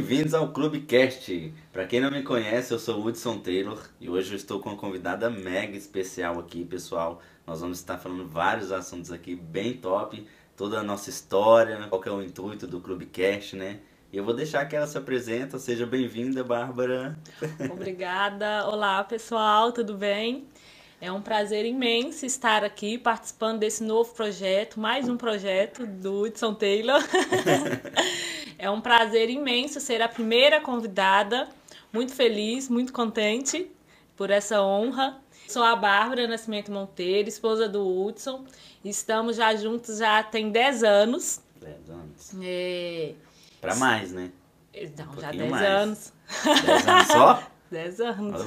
bem-vindos ao Clubecast. Para quem não me conhece, eu sou o Hudson Taylor e hoje eu estou com uma convidada mega especial aqui, pessoal. Nós vamos estar falando vários assuntos aqui bem top, toda a nossa história, qual que é o intuito do Clubecast, né? E eu vou deixar que ela se apresenta. Seja bem-vinda, Bárbara. Obrigada. Olá, pessoal, tudo bem? É um prazer imenso estar aqui participando desse novo projeto, mais um projeto do Hudson Taylor. É um prazer imenso ser a primeira convidada, muito feliz, muito contente por essa honra. Sou a Bárbara Nascimento Monteiro, esposa do Hudson. Estamos já juntos já tem 10 anos. 10 anos. É... Pra mais, né? Não, Um já pouquinho 10 mais. anos. 10 anos só? 10 anos.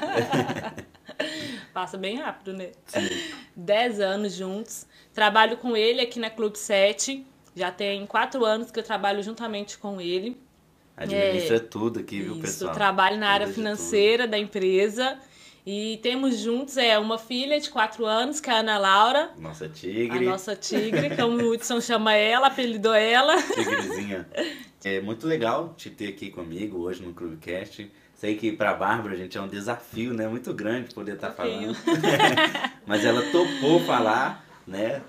Passa bem rápido, né? Sim. 10 anos juntos. Trabalho com ele aqui na Clube 7. Já tem 4 anos que eu trabalho juntamente com ele. Administra tudo aqui, viu, Isso, pessoal? eu trabalho na área Cuida de financeira da empresa. E temos juntos uma filha de 4 anos, que é a Ana Laura. tudo. Nossa A tigre. nossa tigre, como o Hudson chama ela, apelidou ela. Tigrezinha. É muito legal te ter aqui comigo hoje no Clubecast. Sei que pra Bárbara, gente, é um desafio, né? Muito grande poder estar falando. Mas ela topou falar, né?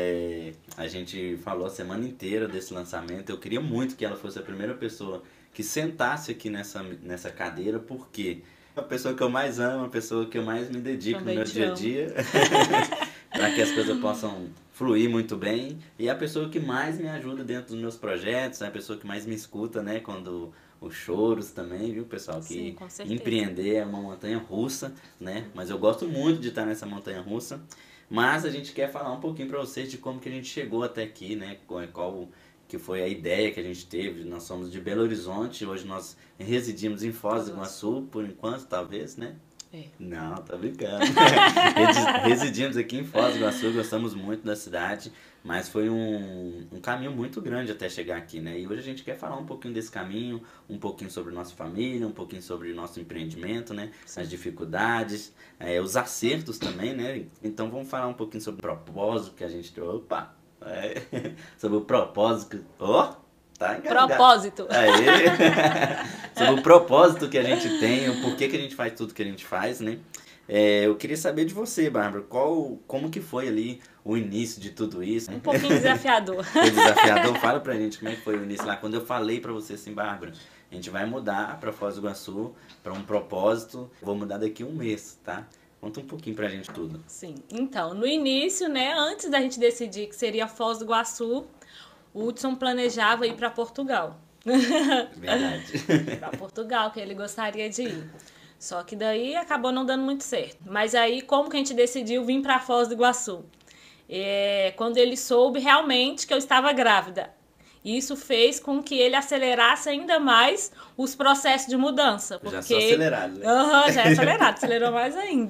A gente falou a semana inteira desse lançamento. Eu queria muito que ela fosse a primeira pessoa que sentasse aqui nessa cadeira, porque é a pessoa que eu mais amo, a pessoa que eu mais me dedico Também no meu te dia a amo. dia. Para que as coisas possam fluir muito bem. E é a pessoa que mais me ajuda dentro dos meus projetos, é a pessoa que mais me escuta, né? Quando os choros também, viu, pessoal? Que Sim, com certeza. empreender é uma montanha russa, né? Mas eu gosto muito de estar nessa montanha russa. Mas a gente quer falar um pouquinho para vocês de como que a gente chegou até aqui, né? Qual que foi a ideia que a gente teve. Nós somos de Belo Horizonte, hoje nós residimos em Foz do Iguaçu, por enquanto, talvez, né? É. Não, tá brincando. Residimos aqui em Foz do Iguaçu, gostamos muito da cidade, mas foi um caminho muito grande até chegar aqui, né? E hoje a gente quer falar um pouquinho desse caminho, um pouquinho sobre nossa família, um pouquinho sobre o nosso empreendimento, né? Sim. As dificuldades, os acertos também, né? Então vamos falar um pouquinho sobre o propósito que a gente tem. Opa! Sobre o propósito. Tá engasgado. Propósito. Sobre o propósito que a gente tem, o porquê que a gente faz tudo que a gente faz, né? Eu queria saber de você, Bárbara, como que foi ali o início de tudo isso? Um pouquinho desafiador. Foi desafiador? Fala pra gente como é que foi o início lá. Quando eu falei pra você assim, Bárbara, a gente vai mudar pra Foz do Iguaçu, pra um propósito, vou mudar daqui a um mês, tá? Conta um pouquinho pra gente tudo. Sim, então, no início, né, antes da gente decidir que seria Foz do Iguaçu, o Hudson planejava ir para Portugal. Verdade. Para Portugal, que ele gostaria de ir. Só que daí acabou não dando muito certo. Mas aí, como que a gente decidiu vir para Foz do Iguaçu? Quando ele soube realmente que eu estava grávida. Isso fez com que ele acelerasse ainda mais os processos de mudança. Porque... Já sou acelerado, né? Já é acelerado, acelerou mais ainda.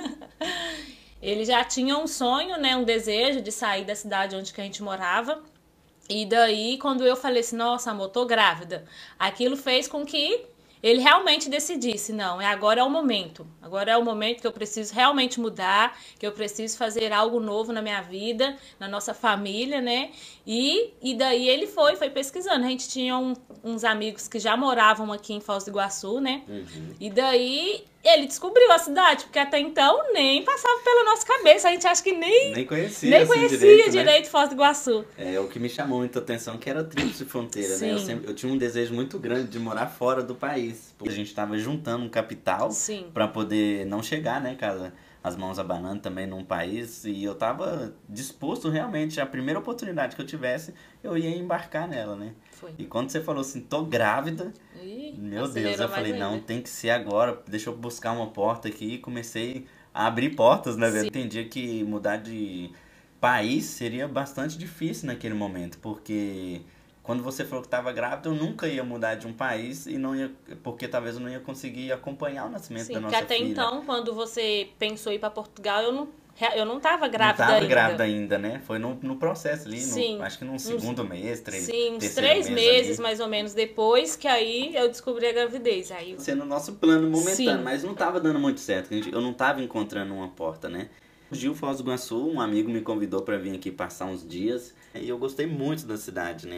Ele já tinha um sonho, né, um desejo de sair da cidade onde que a gente morava. E daí, quando eu falei assim, nossa, amor, tô grávida, aquilo fez com que ele realmente decidisse, não, agora é o momento. Agora é o momento que eu preciso realmente mudar, que eu preciso fazer algo novo na minha vida, na nossa família, né? E daí ele foi pesquisando. A gente tinha uns amigos que já moravam aqui em Foz do Iguaçu, né? Uhum. E daí ele descobriu a cidade, porque até então nem passava pela nossa cabeça. A gente acha que nem conhecia, assim, conhecia né? direito Foz do Iguaçu. O que me chamou muita atenção que era a tríplice fronteira, né? Sim. Eu tinha um desejo muito grande de morar fora do país. Porque a gente estava juntando um capital Sim. para poder não chegar, né, cara, as mãos abanando também num país. E eu tava disposto realmente, a primeira oportunidade que eu tivesse, eu ia embarcar nela, né? Foi. E quando você falou assim, tô grávida, meu Deus, eu falei, não, tem que ser agora, deixa eu buscar uma porta aqui. E comecei a abrir portas, né? Eu entendi que mudar de país seria bastante difícil naquele momento, porque quando você falou que estava grávida, eu nunca ia mudar de um país e não ia, porque talvez eu não ia conseguir acompanhar o nascimento da nossa porque até filha. então, quando você pensou em ir para Portugal, eu não estava grávida não tava ainda. grávida ainda, né? Foi no processo ali, Sim. acho que no segundo mês, Sim, uns terceiro 3 mês meses ali. mais ou menos depois que aí eu descobri a gravidez. Aí Sendo o nosso plano momentâneo, Sim. mas não tava dando muito certo, eu não tava encontrando uma porta, né? Surgiu Foz do Iguaçu, um amigo me convidou para vir aqui passar uns dias e eu gostei muito da cidade, né?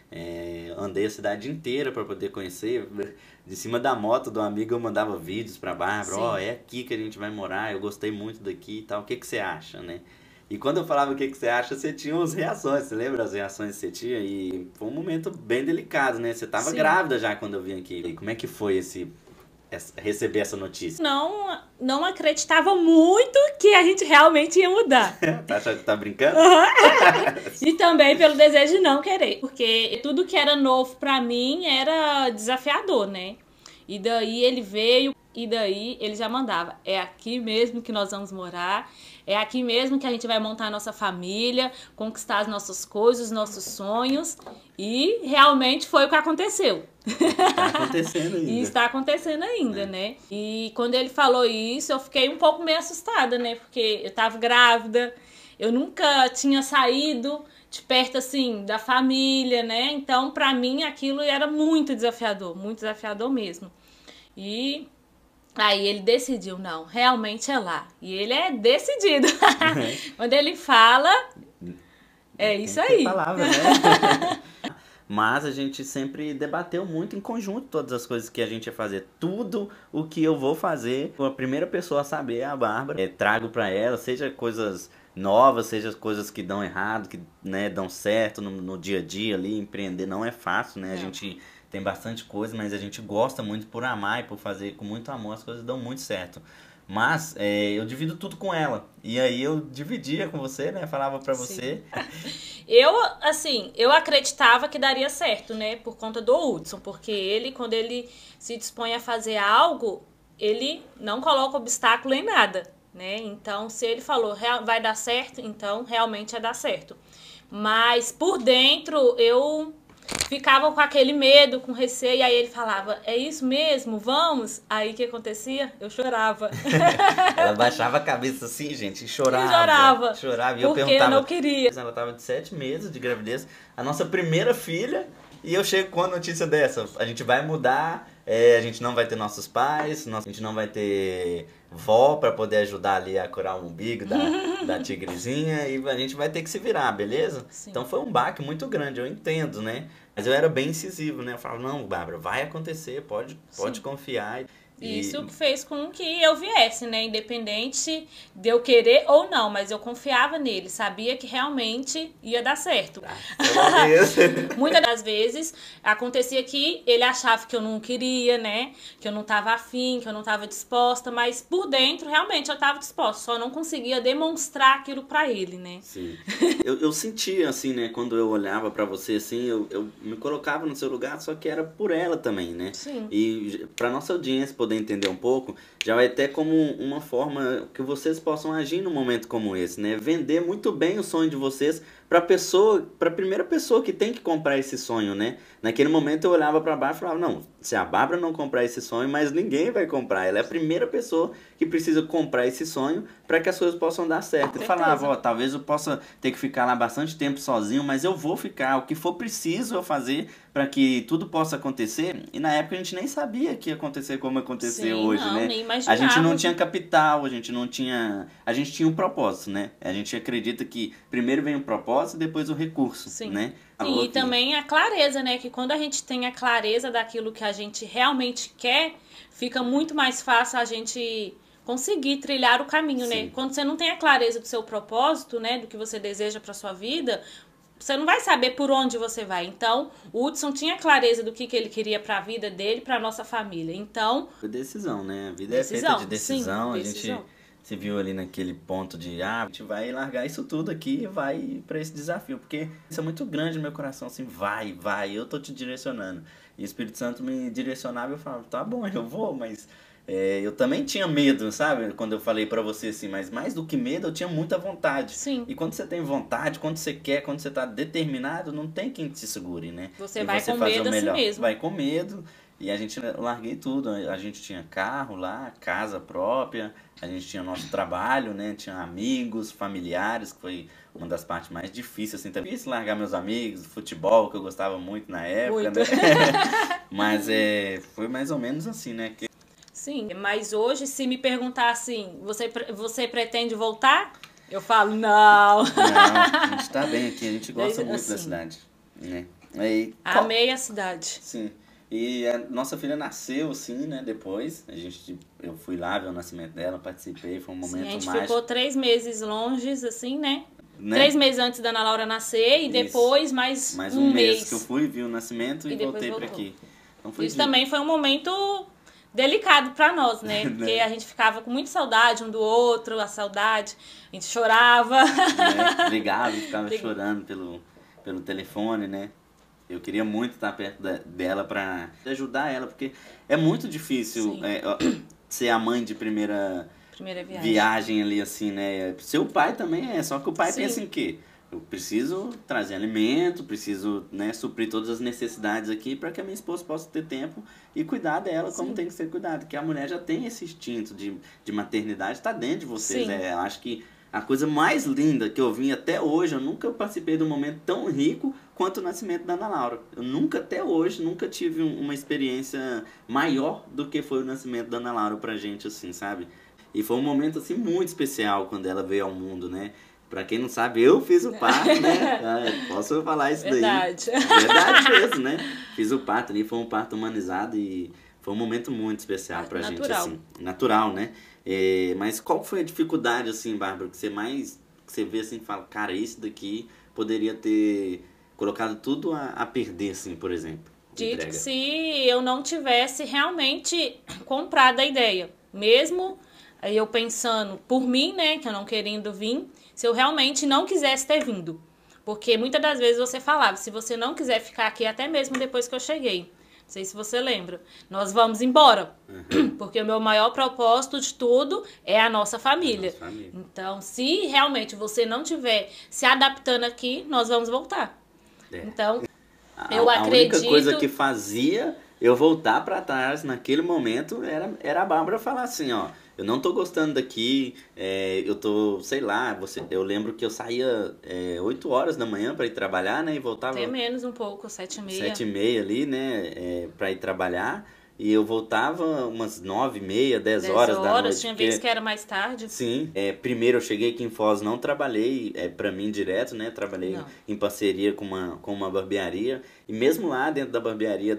Andei a cidade inteira para poder conhecer. De cima da moto do amigo eu mandava vídeos pra Bárbara, é aqui que a gente vai morar, eu gostei muito daqui e tal, o que que você acha, né? E quando eu falava o que que você acha, você tinha umas reações, você lembra as reações que você tinha? E foi um momento bem delicado, né? Você tava grávida já quando eu vim aqui. E como é que foi receber essa notícia? Não acreditava muito que a gente realmente ia mudar. Tá achando que tá brincando? E também pelo desejo de não querer. Porque tudo que era novo pra mim era desafiador, né? E daí ele veio, e daí ele já mandava. É aqui mesmo que nós vamos morar. É aqui mesmo que a gente vai montar a nossa família, conquistar as nossas coisas, os nossos sonhos. E realmente foi o que aconteceu. Tá acontecendo ainda. E está acontecendo ainda, né? E quando ele falou isso, eu fiquei um pouco meio assustada, né? Porque eu tava grávida, eu nunca tinha saído de perto, assim, da família, né? Então, pra mim, aquilo era muito desafiador mesmo. E aí ele decidiu, não, realmente é lá. E ele é decidido. Quando ele fala, é isso aí. Palavra, né? Mas a gente sempre debateu muito em conjunto todas as coisas que a gente ia fazer. Tudo o que eu vou fazer, a primeira pessoa a saber é a Bárbara. Trago pra ela, seja coisas novas, seja coisas que dão errado, que, né, dão certo no dia a dia ali. Empreender não é fácil, né? A gente tem bastante coisa, mas a gente gosta muito por amar e por fazer com muito amor, as coisas dão muito certo. Mas eu divido tudo com ela. E aí eu dividia com você, né? Falava pra você. Eu acreditava que daria certo, né? Por conta do Hudson. Porque ele, quando ele se dispõe a fazer algo, ele não coloca obstáculo em nada, né? Então, se ele falou vai dar certo, então realmente ia dar certo. Mas por dentro, eu ficava com aquele medo, com receio, aí ele falava, é isso mesmo, vamos? Aí o que acontecia? Eu chorava. Ela baixava a cabeça assim, gente, e chorava. Chorava. E eu porque perguntava, eu não queria. Ela estava de 7 meses de gravidez, a nossa primeira filha, e eu chego com a notícia dessa, a gente vai mudar, a gente não vai ter nossos pais, a gente não vai ter vó para poder ajudar ali a curar o umbigo da tigrezinha, e a gente vai ter que se virar, beleza? Sim. Então foi um baque muito grande, eu entendo, né? Mas eu era bem incisivo, né? Eu falava, não, Bárbara, vai acontecer, pode confiar. Isso fez com que eu viesse, né? Independente de eu querer ou não, mas eu confiava nele, sabia que realmente ia dar certo. Muitas das vezes acontecia que ele achava que eu não queria, né? Que eu não tava afim, que eu não tava disposta, mas por dentro realmente eu tava disposta, só não conseguia demonstrar aquilo pra ele, né? Sim. Eu sentia assim, né? Quando eu olhava pra você assim, eu me colocava no seu lugar, só que era por ela também, né? Sim. E pra nossa audiência poder entender um pouco, já vai ter como uma forma que vocês possam agir num momento como esse, né? Vender muito bem o sonho de vocês para a primeira pessoa que tem que comprar esse sonho, né? Naquele momento eu olhava para Bárbara e falava, não, se a Bárbara não comprar esse sonho, mas ninguém vai comprar. Ela é a primeira pessoa que precisa comprar esse sonho para que as coisas possam dar certo. Eu falava, talvez eu possa ter que ficar lá bastante tempo sozinho, mas eu vou ficar. O que for preciso eu fazer para que tudo possa acontecer. E na época a gente nem sabia que ia acontecer como aconteceu hoje, né? Nem imaginava. A gente não tinha capital, a gente tinha um propósito, né? A gente acredita que primeiro vem o propósito e depois o recurso, né? Sim, e também a clareza, né? Que quando a gente tem a clareza daquilo que a gente realmente quer, fica muito mais fácil a gente conseguir trilhar o caminho, né? Quando você não tem a clareza do seu propósito, né? Do que você deseja para sua vida, você não vai saber por onde você vai. Então, o Hudson tinha clareza do que ele queria para a vida dele, para nossa família. Então, decisão, né? A vida é feita de decisão. Sim, a gente se viu ali naquele ponto de, a gente vai largar isso tudo aqui e vai para esse desafio, porque isso é muito grande no meu coração, assim, vai, eu tô te direcionando. E o Espírito Santo me direcionava e eu falava, tá bom, eu vou, mas eu também tinha medo, sabe? Quando eu falei pra você assim, mas mais do que medo, eu tinha muita vontade. Sim. E quando você tem vontade, quando você quer, quando você tá determinado, não tem quem te segure, né? Você vai com medo assim mesmo. Vai com medo. E a gente larguei tudo. A gente tinha carro lá, casa própria, a gente tinha nosso trabalho, né? Tinha amigos, familiares, que foi uma das partes mais difíceis, assim, também. Difícil largar meus amigos, futebol, que eu gostava muito na época, né? Mas foi mais ou menos assim, né? Sim, mas hoje, se me perguntar assim, você pretende voltar? Eu falo, não. Não, a gente tá bem aqui, a gente gosta muito da cidade, né? Aí, amei a cidade. Sim. E a nossa filha nasceu, assim, né, depois. Eu fui lá ver o nascimento dela, participei, foi um momento Sim, a gente mágico. ficou 3 meses longe, assim, né? 3 meses antes da Ana Laura nascer e depois mais um mês. Que eu fui, vi o nascimento e voltei pra aqui. Então foi isso também foi um momento delicado pra nós, né? Porque a gente ficava com muita saudade um do outro, a saudade, a gente chorava. Né? Ligava e ficava chorando pelo telefone, né? Eu queria muito estar perto dela pra ajudar ela, porque é muito difícil ser a mãe de primeira viagem ali, assim, né? Seu pai também só que o pai pensa em quê? Eu preciso trazer alimento, preciso, né, suprir todas as necessidades aqui para que a minha esposa possa ter tempo e cuidar dela como tem que ser cuidado. Que a mulher já tem esse instinto de maternidade, está dentro de vocês. Eu acho que a coisa mais linda que eu vi até hoje, eu nunca participei de um momento tão rico quanto o nascimento da Ana Laura. Eu nunca, até hoje, nunca tive uma experiência maior do que foi o nascimento da Ana Laura pra gente, assim, sabe? E foi um momento, assim, muito especial quando ela veio ao mundo, né? Pra quem não sabe, eu fiz o parto, né? Posso falar isso daí? Verdade mesmo, né? Fiz o parto ali, foi um parto humanizado e foi um momento muito especial pra gente, assim. Natural, né? Mas qual foi a dificuldade, assim, Bárbara, que você vê assim e fala, cara, isso daqui poderia ter colocado tudo a perder, assim, por exemplo? Dito que se eu não tivesse realmente comprado a ideia, mesmo eu pensando por mim, né, que eu não querendo vir, se eu realmente não quisesse ter vindo. Porque muitas das vezes você falava, se você não quiser ficar aqui até mesmo depois que eu cheguei, não sei se você lembra, nós vamos embora. Porque o meu maior propósito de tudo é a nossa família. Então, se realmente você não estiver se adaptando aqui, nós vamos voltar. Então, eu acredito... A única coisa que fazia eu voltar para trás naquele momento era a Bárbara falar assim, ó, eu não tô gostando daqui, eu tô, sei lá, eu lembro que eu saía 8 horas da manhã para ir trabalhar, né, e voltava... Até menos um pouco, 7h30. 7h30 ali, né, para ir trabalhar. E eu voltava umas 9h30, 10 horas da noite. Tinha vezes que era mais tarde. Sim. Primeiro eu cheguei aqui em Foz, não trabalhei pra mim direto, né? Trabalhei em parceria com uma barbearia. E mesmo lá dentro da barbearia,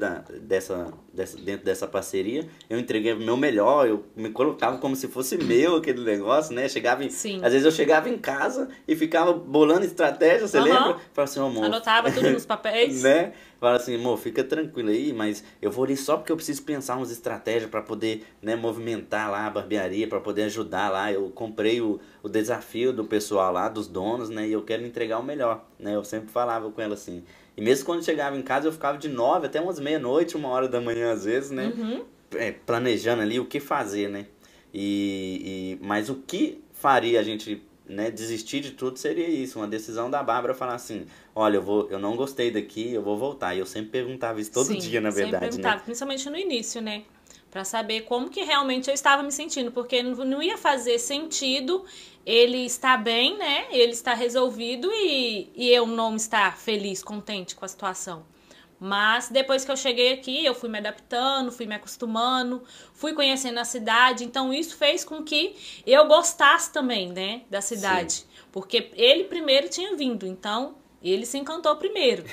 dentro dessa parceria, eu entreguei o meu melhor. Eu me colocava como se fosse meu aquele negócio, né? Às vezes eu chegava em casa e ficava bolando estratégia, você lembra? Falava assim, amor... Anotava tudo nos papéis. Né? Fala assim, amor, fica tranquilo aí, mas eu vou ali só porque eu preciso pensar umas estratégias para poder, né, movimentar lá a barbearia, para poder ajudar lá. Eu comprei o desafio do pessoal lá, dos donos, né, e eu quero entregar o melhor, né? Eu sempre falava com ela assim. E mesmo quando chegava em casa, eu ficava de 9 até umas meia-noite, 1h da manhã às vezes, né? Planejando ali o que fazer, né? Mas o que faria a gente... né, desistir de tudo seria isso, uma decisão da Bárbara falar assim, olha, eu não gostei daqui, eu vou voltar. E eu sempre perguntava isso todo dia, na verdade, sempre perguntava, né? Principalmente no início, né? Pra saber como que realmente eu estava me sentindo, porque não ia fazer sentido ele estar bem, né? Ele estar resolvido e eu não estar feliz, contente com a situação. Mas depois que eu cheguei aqui, eu fui me adaptando, fui me acostumando, fui conhecendo a cidade. Então isso fez com que eu gostasse também, né, da cidade. Sim. Porque ele primeiro tinha vindo, então ele se encantou primeiro.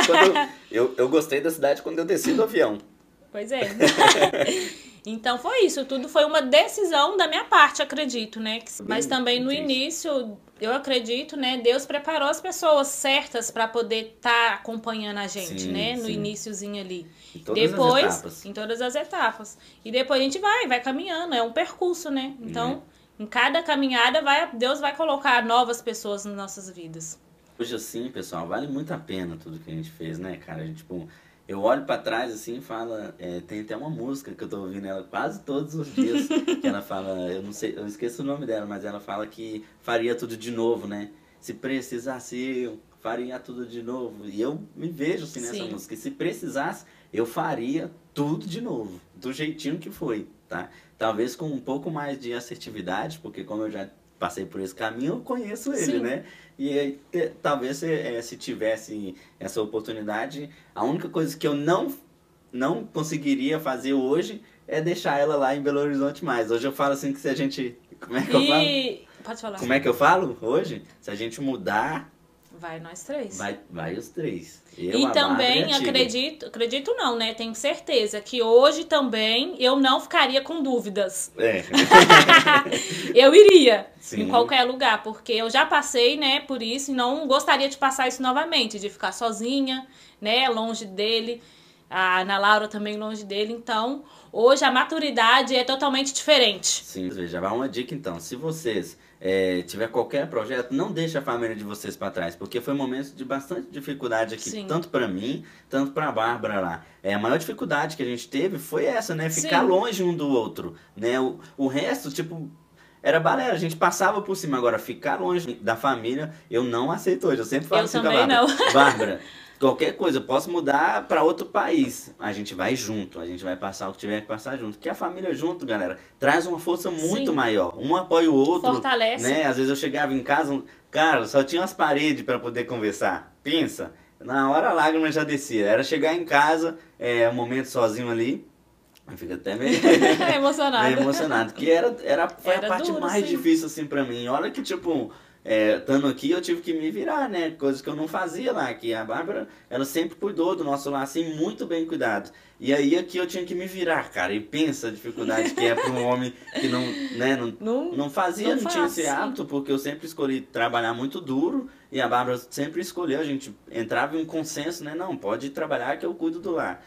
Eu gostei da cidade quando eu desci do avião. Pois é. Então foi isso, tudo foi uma decisão da minha parte, acredito, né? Mas também no início, eu acredito, né? Deus preparou as pessoas certas para poder estar acompanhando a gente, né? No iniciozinho ali. Em todas as etapas. E depois a gente vai caminhando, é um percurso, né? Então, em cada caminhada, Deus vai colocar novas pessoas nas nossas vidas. Hoje assim, pessoal, vale muito a pena tudo que a gente fez, né, cara? A gente, tipo... Eu olho pra trás assim e falo, tem até uma música que eu tô ouvindo ela quase todos os dias, que ela fala, eu não sei, eu esqueço o nome dela, mas ela fala que faria tudo de novo, né? Se precisasse eu faria tudo de novo. E eu me vejo assim nessa música, e se precisasse, eu faria tudo de novo, do jeitinho que foi, tá? Talvez com um pouco mais de assertividade, porque como eu já passei por esse caminho, eu conheço ele, né? E talvez se tivesse essa oportunidade, a única coisa que eu não conseguiria fazer hoje é deixar ela lá em Belo Horizonte mais. Hoje eu falo assim que se a gente... Como é que eu falo? Pode falar. Como é que eu falo hoje? Se a gente mudar Vai nós três. Vai os três. Eu, e também acredito não, né? Tenho certeza que hoje também eu não ficaria com dúvidas. Eu iria em qualquer lugar, porque eu já passei, né, por isso e não gostaria de passar isso novamente, de ficar sozinha, né, longe dele. A Ana Laura também longe dele, então hoje a maturidade é totalmente diferente. Sim, veja, vai uma dica então, se vocês tiver qualquer projeto, não deixe a família de vocês para trás, porque foi um momento de bastante dificuldade aqui, Sim. tanto para mim, tanto para a Bárbara lá. A maior dificuldade que a gente teve foi essa, né, ficar Sim. longe um do outro, né, o resto, tipo... Era balela, a gente passava por cima. Agora, ficar longe da família, eu não aceito hoje. Eu sempre falo assim com a Bárbara. Bárbara, qualquer coisa, eu posso mudar para outro país. A gente vai junto, a gente vai passar o que tiver que passar junto. Porque a família junto, galera, traz uma força muito Sim. maior. Um apoia o outro. Fortalece. Né? Às vezes eu chegava em casa, cara, só tinha umas paredes para poder conversar. Pensa, na hora a lágrima já descia. Era chegar em casa, um momento sozinho ali. Fica até meio emocionado. Meio emocionado. Que foi a parte duro, mais difícil, assim, pra mim. Olha que, tipo, estando aqui, eu tive que me virar, né? Coisas que eu não fazia lá. Que a Bárbara, ela sempre cuidou do nosso lar, assim, muito bem cuidado. E aí, aqui eu tinha que me virar, cara. E pensa a dificuldade que é pra um homem que não, né, não fazia, não tinha esse hábito. Porque eu sempre escolhi trabalhar muito duro. E a Bárbara sempre escolheu. A gente entrava em um consenso, né? Não, pode trabalhar que eu cuido do lar.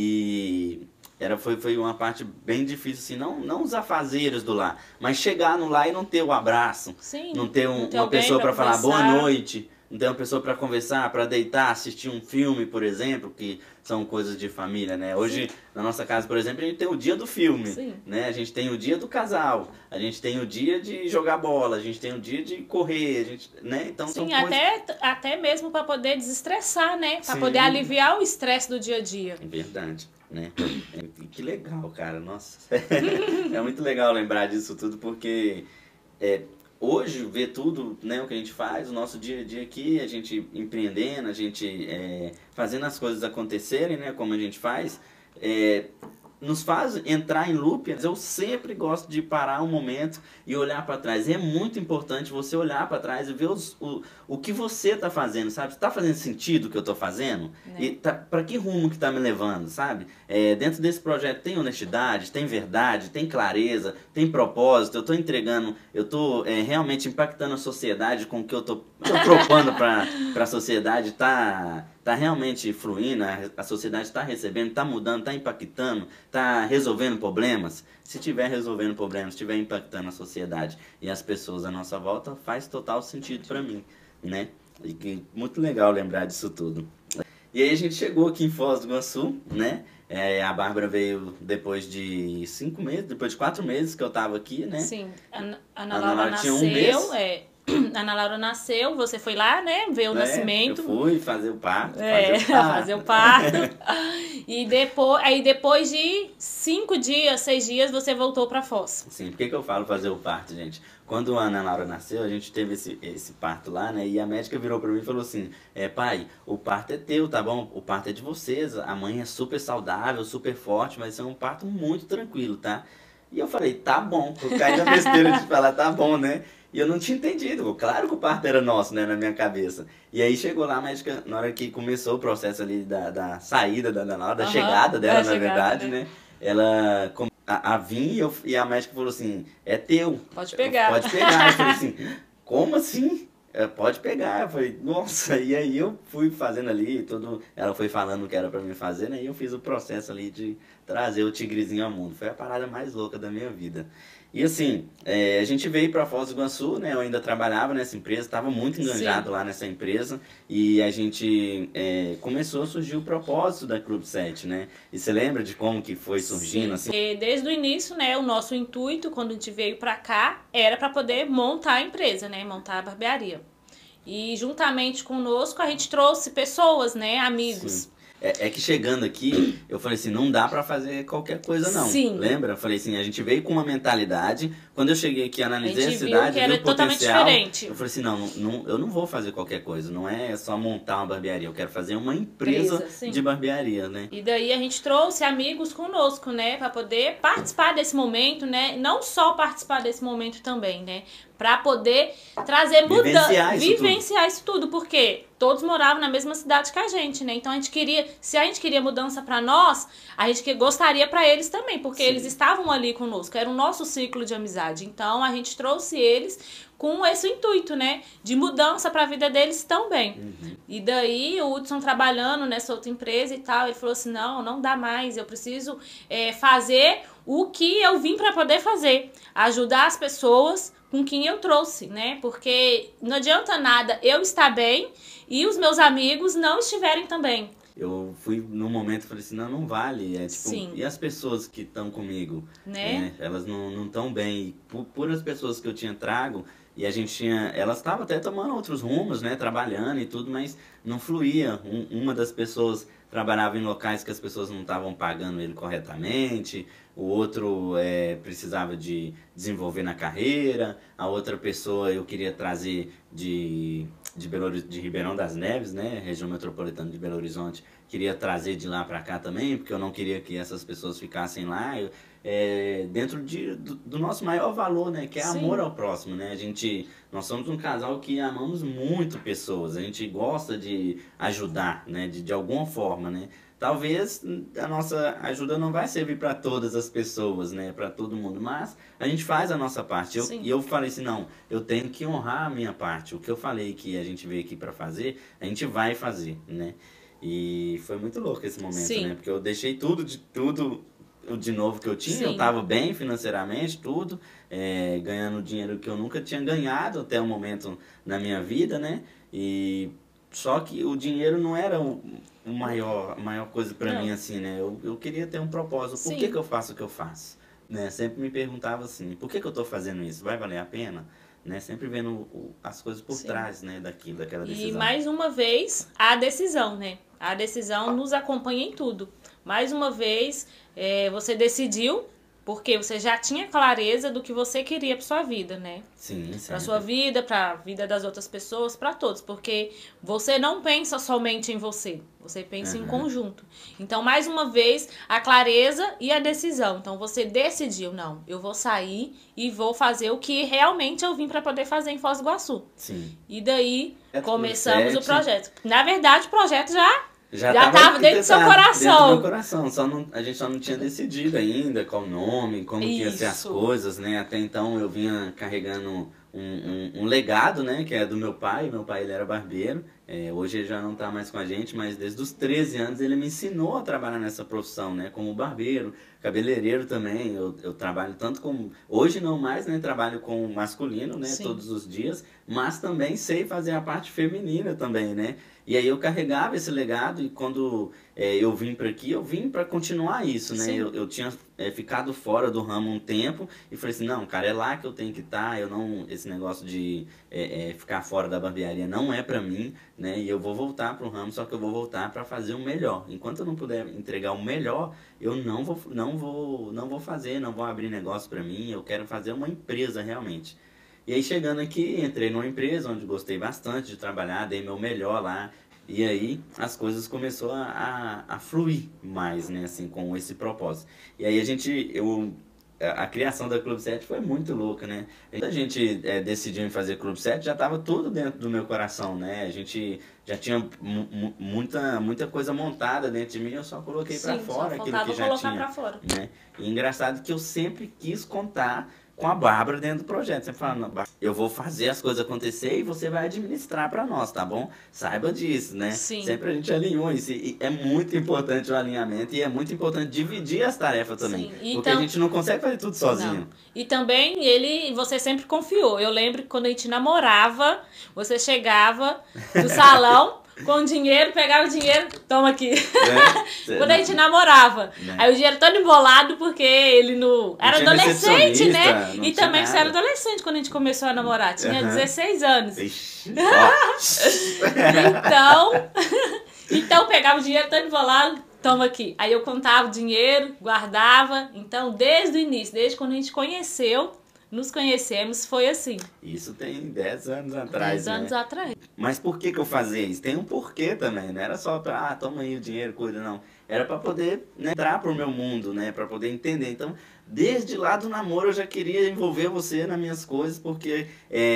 E... Foi uma parte bem difícil, assim, não os afazeres do lar, mas chegar no lar e não ter o abraço, Sim, não ter uma pessoa para falar boa noite, não ter uma pessoa para conversar, para deitar, assistir um filme, por exemplo, que são coisas de família, né? Hoje, Sim. na nossa casa, por exemplo, a gente tem o dia do filme, Sim. né? A gente tem o dia do casal, a gente tem o dia de jogar bola, a gente tem o dia de correr, a gente, né? Então, Sim, são até mesmo para poder desestressar, né? Para poder aliviar o estresse do dia a dia. É verdade. Né? Que legal, cara, nossa. É muito legal lembrar disso tudo, porque hoje ver tudo, né, o que a gente faz, o nosso dia a dia aqui, a gente empreendendo, a gente fazendo as coisas acontecerem, né, como a gente faz, nos faz entrar em loop. Eu sempre gosto de parar um momento e olhar para trás. E é muito importante você olhar para trás e ver o que você está fazendo, sabe? Está fazendo sentido o que eu estou fazendo? Né? E para que rumo que está me levando, sabe? Dentro desse projeto tem honestidade, tem verdade, tem clareza, tem propósito. Eu estou entregando, eu estou realmente impactando a sociedade com o que eu estou propondo para a sociedade. Tá realmente fluindo, a sociedade está recebendo, está mudando, está impactando, está resolvendo problemas. Se estiver resolvendo problemas, estiver impactando a sociedade e as pessoas à nossa volta, faz total sentido para mim, né? E muito legal lembrar disso tudo. E aí a gente chegou aqui em Foz do Iguaçu, né? A Bárbara veio depois de 5 meses, depois de 4 meses que eu estava aqui, né? Sim, a Ana Laura nasceu, tinha 1 mês. A Ana Laura nasceu, você foi lá, né? Ver o nascimento. Eu fui fazer o parto. Fazer o parto. E depois de 5 dias, 6 dias, você voltou pra Foz. Sim, por que eu falo fazer o parto, gente? Quando a Ana Laura nasceu, a gente teve esse parto lá, né? E a médica virou pra mim e falou assim: pai, o parto é teu, tá bom? O parto é de vocês. A mãe é super saudável, super forte, mas é um parto muito tranquilo, tá? E eu falei: tá bom. Eu caí na besteira de falar: tá bom, né? E eu não tinha entendido. Claro que o parto era nosso, né, na minha cabeça. E aí chegou lá a médica, na hora que começou o processo ali da saída da Ana Laura, da chegada dela, na verdade, né? Ela a vir e a médica falou assim: é teu. Pode pegar. Pode pegar. Eu falei assim: como assim? Pode pegar. Eu falei: nossa. E aí eu fui fazendo ali, ela foi falando o que era pra mim fazer, né? E eu fiz o processo ali de trazer o tigrezinho ao mundo. Foi a parada mais louca da minha vida. E assim, a gente veio para Foz do Iguaçu, né? Eu ainda trabalhava nessa empresa, estava muito enganjado lá nessa empresa. E a gente começou a surgir o propósito da Clube 7, né? E você lembra de como que foi surgindo? Assim? Desde o início, né? O nosso intuito, quando a gente veio para cá, era para poder montar a empresa, né? Montar a barbearia. E juntamente conosco, a gente trouxe pessoas, né? Amigos. Sim. É que chegando aqui, eu falei assim, não dá pra fazer qualquer coisa não. Sim. Lembra? Eu falei assim, a gente veio com uma mentalidade. Quando eu cheguei aqui, analisei a cidade, vi o potencial. Diferente. Eu falei assim, eu não vou fazer qualquer coisa. Não é só montar uma barbearia. Eu quero fazer uma empresa de barbearia, né? E daí a gente trouxe amigos conosco, né? Pra poder participar desse momento, né? Não só participar desse momento também, né? para poder trazer mudança, vivenciar isso tudo, porque todos moravam na mesma cidade que a gente, né? Então a gente queria, se a gente queria mudança para nós, a gente gostaria para eles também, porque eles estavam ali conosco, era o nosso ciclo de amizade. Então a gente trouxe eles com esse intuito, né, de mudança para a vida deles também. E daí o Hudson trabalhando nessa outra empresa e tal, ele falou assim, não dá mais, eu preciso fazer o que eu vim para poder fazer, ajudar as pessoas com quem eu trouxe, né, porque não adianta nada eu estar bem e os meus amigos não estiverem também. Eu fui num momento e falei assim, não vale, tipo, Sim. E as pessoas que estão comigo, né? Elas não estão bem, e por as pessoas que eu tinha trago, e a gente tinha, elas estavam até tomando outros rumos, né, trabalhando e tudo, mas não fluía. Uma das pessoas trabalhava em locais que as pessoas não estavam pagando ele corretamente, o outro precisava de desenvolver na carreira, a outra pessoa eu queria trazer de Ribeirão das Neves, né, região metropolitana de Belo Horizonte, queria trazer de lá para cá também, porque eu não queria que essas pessoas ficassem lá, dentro do nosso maior valor, né, que é amor ao próximo, né, nós somos um casal que amamos muito pessoas, a gente gosta de ajudar, né, de alguma forma, né, talvez a nossa ajuda não vai servir para todas as pessoas, né, para todo mundo, mas a gente faz a nossa parte. E eu falei assim, não, eu tenho que honrar a minha parte. O que eu falei que a gente veio aqui para fazer, a gente vai fazer, né? E foi muito louco esse momento, né? Porque eu deixei tudo de novo que eu tinha, eu estava bem financeiramente, tudo, ganhando dinheiro que eu nunca tinha ganhado até o momento na minha vida, né? E só que o dinheiro não era a maior coisa para mim, assim, né? Eu queria ter um propósito. Por que eu faço o que eu faço? Né? Sempre me perguntava assim, por que eu estou fazendo isso? Vai valer a pena? Né? Sempre vendo as coisas por trás, né? daquela decisão. E mais uma vez, a decisão, né? A decisão nos acompanha em tudo. Mais uma vez, você decidiu, porque você já tinha clareza do que você queria para sua vida, né? Sim. Para sua vida, para a vida das outras pessoas, para todos, porque você não pensa somente em você, você pensa em conjunto. Então, mais uma vez, a clareza e a decisão. Então, você decidiu, não, eu vou sair e vou fazer o que realmente eu vim para poder fazer em Foz do Iguaçu. Sim. E daí, começamos o projeto. Na verdade, o projeto já estava dentro do seu Dentro coração. do meu coração. A gente só não tinha decidido ainda qual nome, como que ia ser as coisas, né? Até então eu vinha carregando um legado, né? Que é do meu pai. Meu pai, ele era barbeiro. Hoje ele já não está mais com a gente, mas desde os 13 anos ele me ensinou a trabalhar nessa profissão, né? Como barbeiro, cabeleireiro também. Eu trabalho tanto com... Hoje não mais, né? Trabalho com masculino, né? Todos os dias. Mas também sei fazer a parte feminina também, né? E aí eu carregava esse legado e quando eu vim para aqui, eu vim para continuar isso, né? Eu tinha ficado fora do ramo um tempo e falei assim, não, cara, é lá que eu tenho que estar, esse negócio de ficar fora da barbearia não é para mim, né? E eu vou voltar pro ramo, só que eu vou voltar para fazer o melhor. Enquanto eu não puder entregar o melhor, eu não vou fazer, não vou abrir negócio para mim, eu quero fazer uma empresa realmente. E aí chegando aqui, entrei numa empresa onde gostei bastante de trabalhar, dei meu melhor lá. E aí as coisas começaram a fluir mais, né, assim, com esse propósito. E aí a criação da Clube 7 foi muito louca, né? Quando a gente decidiu em fazer Clube 7, já estava tudo dentro do meu coração, né? A gente já tinha muita coisa montada dentro de mim, eu só coloquei para fora aquilo que já tinha. Pra fora. Né? E engraçado que eu sempre quis contar com a Bárbara dentro do projeto. Você fala, eu vou fazer as coisas acontecer e você vai administrar para nós, tá bom? Saiba disso, né? Sim. Sempre a gente alinhou isso. E é muito importante o alinhamento e é muito importante dividir as tarefas também. Sim. Porque a gente não consegue fazer tudo sozinho. Não. E também você sempre confiou. Eu lembro que quando a gente namorava, você chegava do salão... com dinheiro, pegava o dinheiro, toma aqui. Quando a gente namorava. Aí o dinheiro todo embolado, porque ele não era adolescente, né? E também você era adolescente quando a gente começou a namorar. Tinha 16 anos. Então pegava o dinheiro todo embolado, toma aqui. Aí eu contava o dinheiro, guardava. Então, desde o início, desde quando a gente nos conhecemos, foi assim. Isso tem 10 anos atrás, 10 anos atrás. Mas por que eu fazia isso? Tem um porquê também, não era só pra, toma aí o dinheiro, cuida, não. Era pra poder, né, entrar pro meu mundo, né, pra poder entender. Então, Desde lá do namoro eu já queria envolver você nas minhas coisas, porque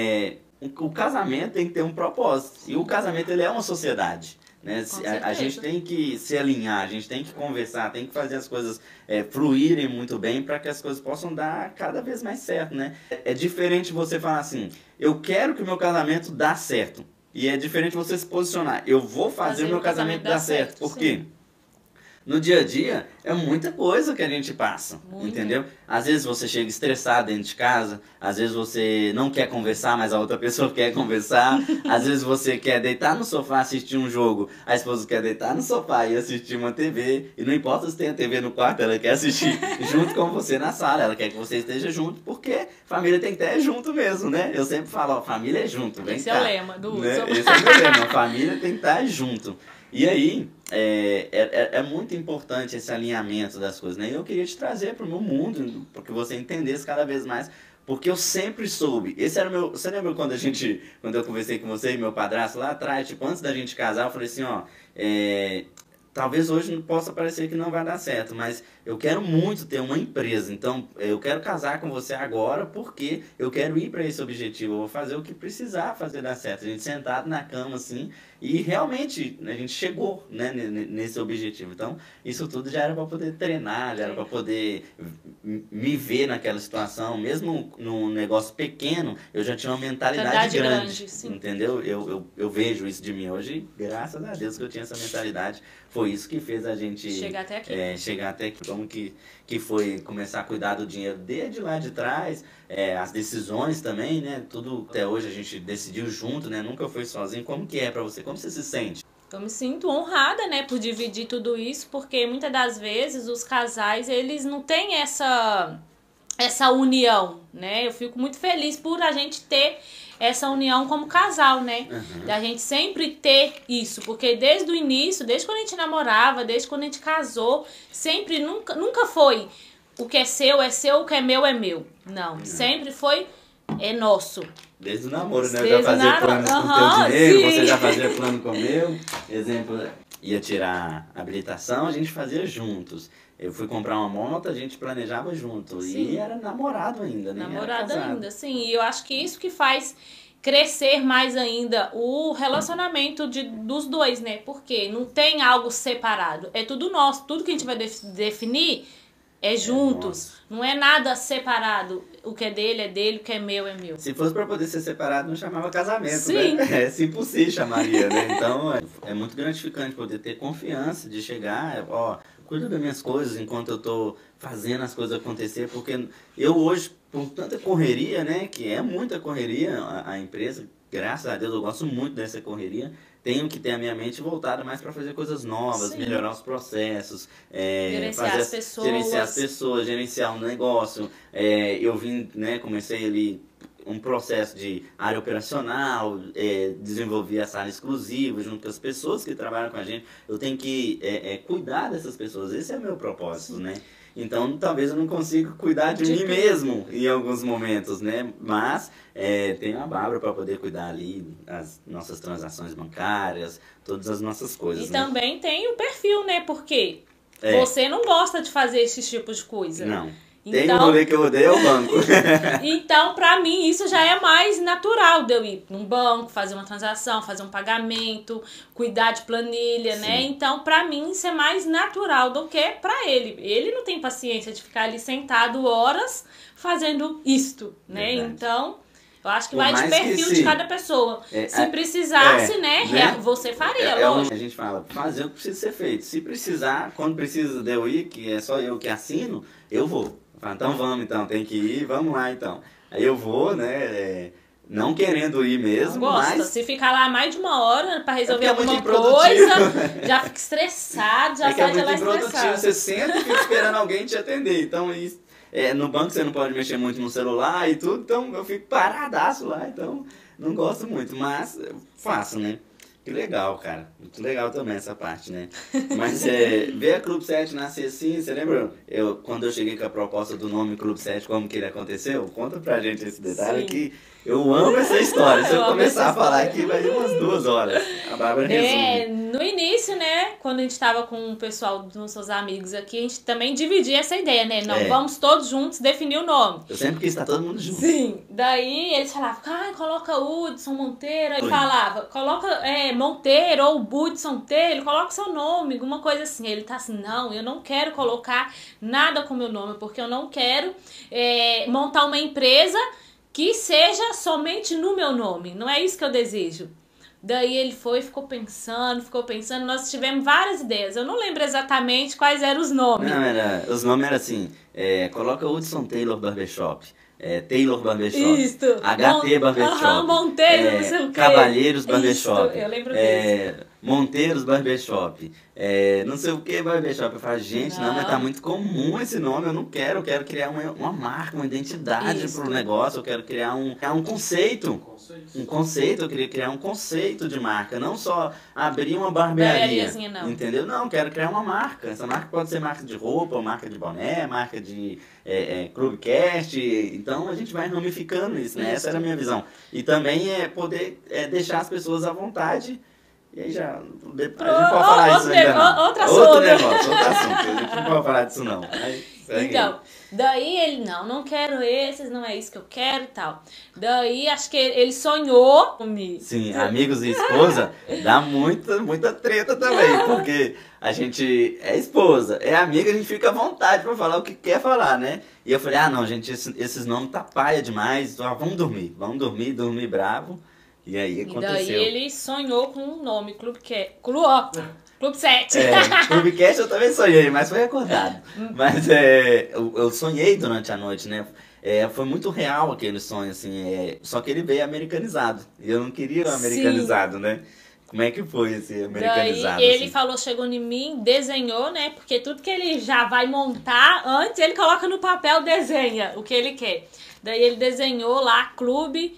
o casamento tem que ter um propósito. E o casamento, ele é uma sociedade. Né? A gente tem que se alinhar, a gente tem que conversar, tem que fazer as coisas fluírem muito bem para que as coisas possam dar cada vez mais certo, né? É diferente você falar assim, eu quero que o meu casamento dê certo. E é diferente você se posicionar, eu vou fazer o meu casamento dar certo. Por quê? No dia a dia, é muita coisa que a gente passa, entendeu? Às vezes você chega estressado dentro de casa, às vezes você não quer conversar, mas a outra pessoa quer conversar, às vezes você quer deitar no sofá assistir um jogo, a esposa quer deitar no sofá e assistir uma TV, e não importa se tem a TV no quarto, ela quer assistir junto com você na sala, ela quer que você esteja junto, porque família tem que estar junto mesmo, né? Eu sempre falo, ó, família é junto, vem Esse cá. é o lema do né? Esse é o meu lema, a família tem que estar junto. E aí, é muito importante esse alinhamento das coisas, né? E eu queria te trazer para o meu mundo, para que você entendesse cada vez mais, porque eu sempre soube. Esse era o meu... Você lembra quando eu conversei com você e meu padrasto lá atrás, tipo, antes da gente casar, eu falei assim, ó, talvez hoje não possa parecer que não vai dar certo, mas eu quero muito ter uma empresa, então eu quero casar com você agora porque eu quero ir para esse objetivo, eu vou fazer o que precisar fazer dar certo. A gente sentado na cama assim, e realmente a gente chegou, né, nesse objetivo. Então isso tudo já era para poder treinar, já era para poder me ver naquela situação, mesmo num negócio pequeno, eu já tinha uma mentalidade grande, entendeu? Eu vejo isso de mim hoje, graças a Deus que eu tinha essa mentalidade. Foi isso que fez a gente chegar até aqui. Como que foi começar a cuidar do dinheiro desde lá de trás, as decisões também, né? Tudo até hoje a gente decidiu junto, né? Nunca foi sozinho. Como que é pra você? Como você se sente? Eu me sinto honrada, né, por dividir tudo isso, porque muitas das vezes os casais, eles não têm essa união, né? Eu fico muito feliz por a gente ter essa união como casal, né? Da gente sempre ter isso, porque desde o início, desde quando a gente namorava, desde quando a gente casou, sempre, nunca foi o que é seu, o que é meu. Não, sempre foi, é nosso. Desde o namoro, né? Eu já fazia plano com o teu dinheiro, você já fazia plano com o meu. Exemplo, ia tirar habilitação, a gente fazia juntos. Eu fui comprar uma moto, a gente planejava junto. Sim. E era namorado ainda, né? Namorado ainda, sim. E eu acho que isso que faz crescer mais ainda o relacionamento dos dois, né? Porque não tem algo separado. É tudo nosso. Tudo que a gente vai definir é juntos. Não é nada separado. O que é dele, o que é meu. Se fosse para poder ser separado, não chamava casamento, sim. Né? Se por si chamaria, né? Então, é muito gratificante poder ter confiança de chegar, ó, cuido das minhas coisas enquanto eu tô fazendo as coisas acontecer, porque eu hoje, por tanta correria, né, que é muita correria, a empresa, graças a Deus, eu gosto muito dessa correria, tenho que ter a minha mente voltada mais para fazer coisas novas, sim, melhorar os processos, gerenciar as pessoas, gerenciar um negócio. Eu vim, né, comecei ali um processo de área operacional, desenvolver essa área exclusiva junto com as pessoas que trabalham com a gente. Eu tenho que cuidar dessas pessoas, esse é o meu propósito, né? Então, talvez eu não consiga cuidar de mim mesmo em alguns momentos, né? Mas tenho a Bárbara para poder cuidar ali das nossas transações bancárias, todas as nossas coisas. E né? Também tem o perfil, né? Porque você não gosta de fazer esses tipos de coisa. Não. Tem um rolê que eu odeio, é o banco. Então, pra mim, isso já é mais natural de eu ir num banco, fazer uma transação, fazer um pagamento, cuidar de planilha, sim, né? Então, pra mim, isso é mais natural do que pra ele. Ele não tem paciência de ficar ali sentado horas fazendo isto, né? Verdade. Então, eu acho que vai de perfil de cada pessoa. Se precisasse, né? Você faria, lógico. A gente fala, fazer o que precisa ser feito. Se precisar, quando precisa de eu ir, que é só eu que assino, eu vou. Então vamos, então, tem que ir, vamos lá, então. Aí eu vou, né, não querendo ir mesmo, mas... Se ficar lá mais de uma hora pra resolver alguma coisa, já fica estressado, já sai de lá estressado. Você senta e fica esperando alguém te atender. Então, no banco você não pode mexer muito no celular e tudo, então eu fico paradaço lá, então não gosto muito, mas faço, né? Que legal, cara. Muito legal também essa parte, né? Mas ver a Clube 7 nascer assim, você lembra quando eu cheguei com a proposta do nome Clube 7, como que ele aconteceu? Conta pra gente esse detalhe. Sim. Que eu amo essa história. Se eu começar a falar aqui, vai ir umas 2 horas. A Bárbara resume. No início, né, quando a gente tava com o pessoal dos nossos amigos aqui, a gente também dividia essa ideia, né? Não, vamos todos juntos definir o nome. Eu sempre quis estar todo mundo junto. Sim. Daí eles falavam, coloca Hudson Monteiro. Ele falava, coloca Monteiro ou Hudson Monteiro, coloca seu nome, alguma coisa assim. Ele tá assim, não, eu não quero colocar nada com meu nome, porque eu não quero montar uma empresa que seja somente no meu nome. Não é isso que eu desejo. Daí ele ficou pensando, nós tivemos várias ideias. Eu não lembro exatamente quais eram os nomes. Não, os nomes eram assim, coloca Hudson Taylor Barbershop, Taylor Barbershop, Isto. HT Barbershop, Monteiro, não sei o quê. Cavalheiros Barbershop, Isto, eu lembro disso. Monteiros Barbershop, não sei o que Barbershop. Eu falo, gente, não, mas tá muito comum esse nome, eu quero criar uma marca, uma identidade pro negócio, eu quero criar um conceito. Um conceito, eu queria criar um conceito de marca, não só abrir uma barbearia, não. Entendeu? Não, quero criar uma marca. Essa marca pode ser marca de roupa, marca de boné, marca de Clubecast. Então a gente vai ramificando isso, né? Essa era a minha visão. E também poder deixar as pessoas à vontade. E aí já. A gente não pode falar isso ainda. Outro negócio, outro assunto. A gente não pode falar disso, não. Então, daí ele, não quero esses, não é isso que eu quero e tal. Daí, acho que ele sonhou comigo. Sim, amigos e esposa dá muita treta também, porque a gente é esposa, é amiga, a gente fica à vontade pra falar o que quer falar, né? E eu falei, não, gente, esses nomes tá paia demais, então, vamos dormir bravo. E aí aconteceu. E daí ele sonhou com um nome, Clube 7. Clubecast eu também sonhei, mas foi acordado. Mas eu sonhei durante a noite, né? Foi muito real aquele sonho, assim. Só que ele veio americanizado. E eu não queria o americanizado, né? Como é que foi esse americanizado? Daí ele falou, chegou em mim, desenhou, né? Porque tudo que ele já vai montar, antes ele coloca no papel, desenha o que ele quer. Daí ele desenhou lá, Clube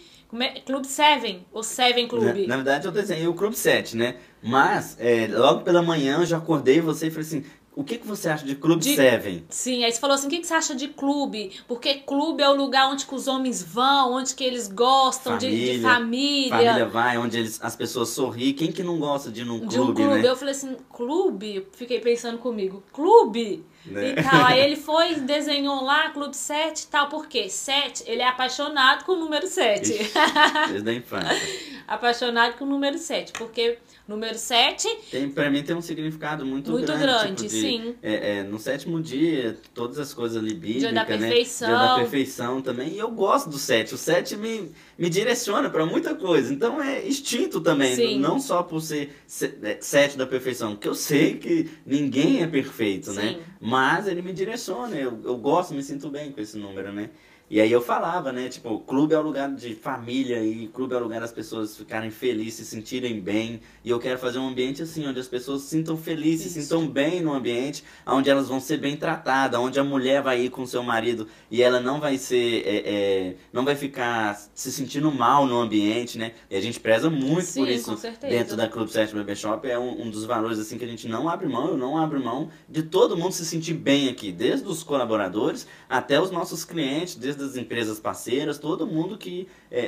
7, ou 7 Clube. Na verdade eu desenhei o Clube 7, né? Mas, logo pela manhã eu já acordei e você falei assim, o que você acha de Clube 7? Sim, aí você falou assim, o que você acha de clube? Porque clube é o lugar onde que os homens vão, onde que eles gostam de família. Família vai, onde as pessoas sorriem. Quem que não gosta de ir num clube, né? Eu falei assim, clube? Fiquei pensando comigo, clube? Né? E tal, aí ele foi, desenhou lá, Clube 7 e tal, por quê? 7, ele é apaixonado com o número 7. Desde a infância. Apaixonado com o número 7, porque número 7... Pra mim tem um significado muito grande, tipo sim. No 7º dia, todas as coisas ali bíblicas, Dia da perfeição. Dia da perfeição também. E eu gosto do 7. O 7 me direciona pra muita coisa. Então é instinto também. Sim. Não só por ser 7 da perfeição. Porque eu sei que ninguém é perfeito, sim, né? Mas ele me direciona. Eu gosto, me sinto bem com esse número, né? E aí eu falava, né, tipo, o clube é o lugar de família e clube é o lugar das pessoas ficarem felizes, se sentirem bem. E eu quero fazer um ambiente assim, onde as pessoas se sintam felizes, se sintam bem no ambiente, onde elas vão ser bem tratadas, onde a mulher vai ir com o seu marido e ela não vai ser, não vai ficar se sentindo mal no ambiente, né? E a gente preza muito sim, por isso dentro da Clube 7 Barbershop. É um dos valores assim que a gente não abre mão, eu não abro mão de todo mundo se sentir bem aqui, desde os colaboradores até os nossos clientes, desde das empresas parceiras, todo mundo que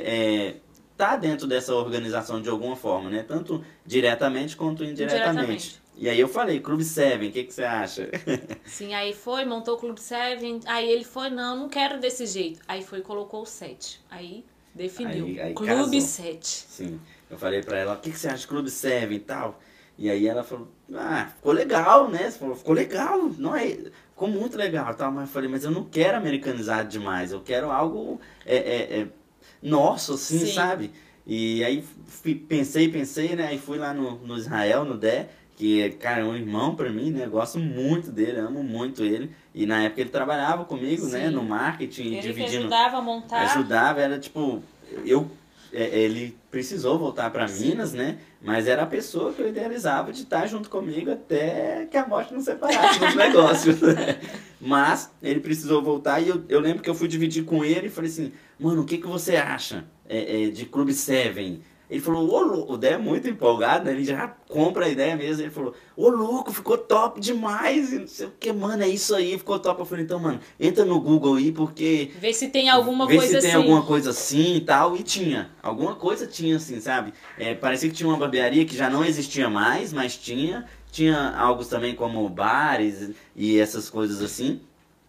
tá dentro dessa organização de alguma forma, né? Tanto diretamente quanto indiretamente. E aí eu falei, Clube 7, o que você acha? Sim, aí foi, montou o Clube 7, aí ele foi, não quero desse jeito. Aí foi e colocou o 7. Aí definiu, aí Clube casou. 7. Sim, eu falei pra ela, o que você acha de Clube 7 e tal? E aí ela falou, ficou legal, né? Você falou, ficou legal, não é... Ficou muito legal, tá? Mas eu falei, mas eu não quero americanizar demais, eu quero algo nosso, assim, sim, sabe? E aí pensei, né? Aí fui lá no Israel, no Dé, que, cara, é um irmão pra mim, né? Gosto muito dele, amo muito ele. E na época ele trabalhava comigo, sim, né? No marketing, ele dividindo... Ele ajudava a montar. Ajudava, era tipo... ele precisou voltar para Minas, né? Mas era a pessoa que eu idealizava de estar junto comigo até que a morte nos separasse nos negócios. Né? Mas ele precisou voltar e eu lembro que eu fui dividir com ele e falei assim, mano, o que você acha de Clube 7? Ele falou, ô louco, o Dé é muito empolgado, né? Ele já compra a ideia mesmo. Ele falou, ô louco, ficou top demais. E não sei o que, mano, é isso aí, ficou top. Eu falei, então, mano, entra no Google aí, porque... Vê se tem alguma Vê coisa se tem assim. alguma coisa assim e tal. E tinha. Alguma coisa tinha assim, sabe? Parecia que tinha uma barbearia que já não existia mais, mas tinha. Tinha algo também como bares e essas coisas assim.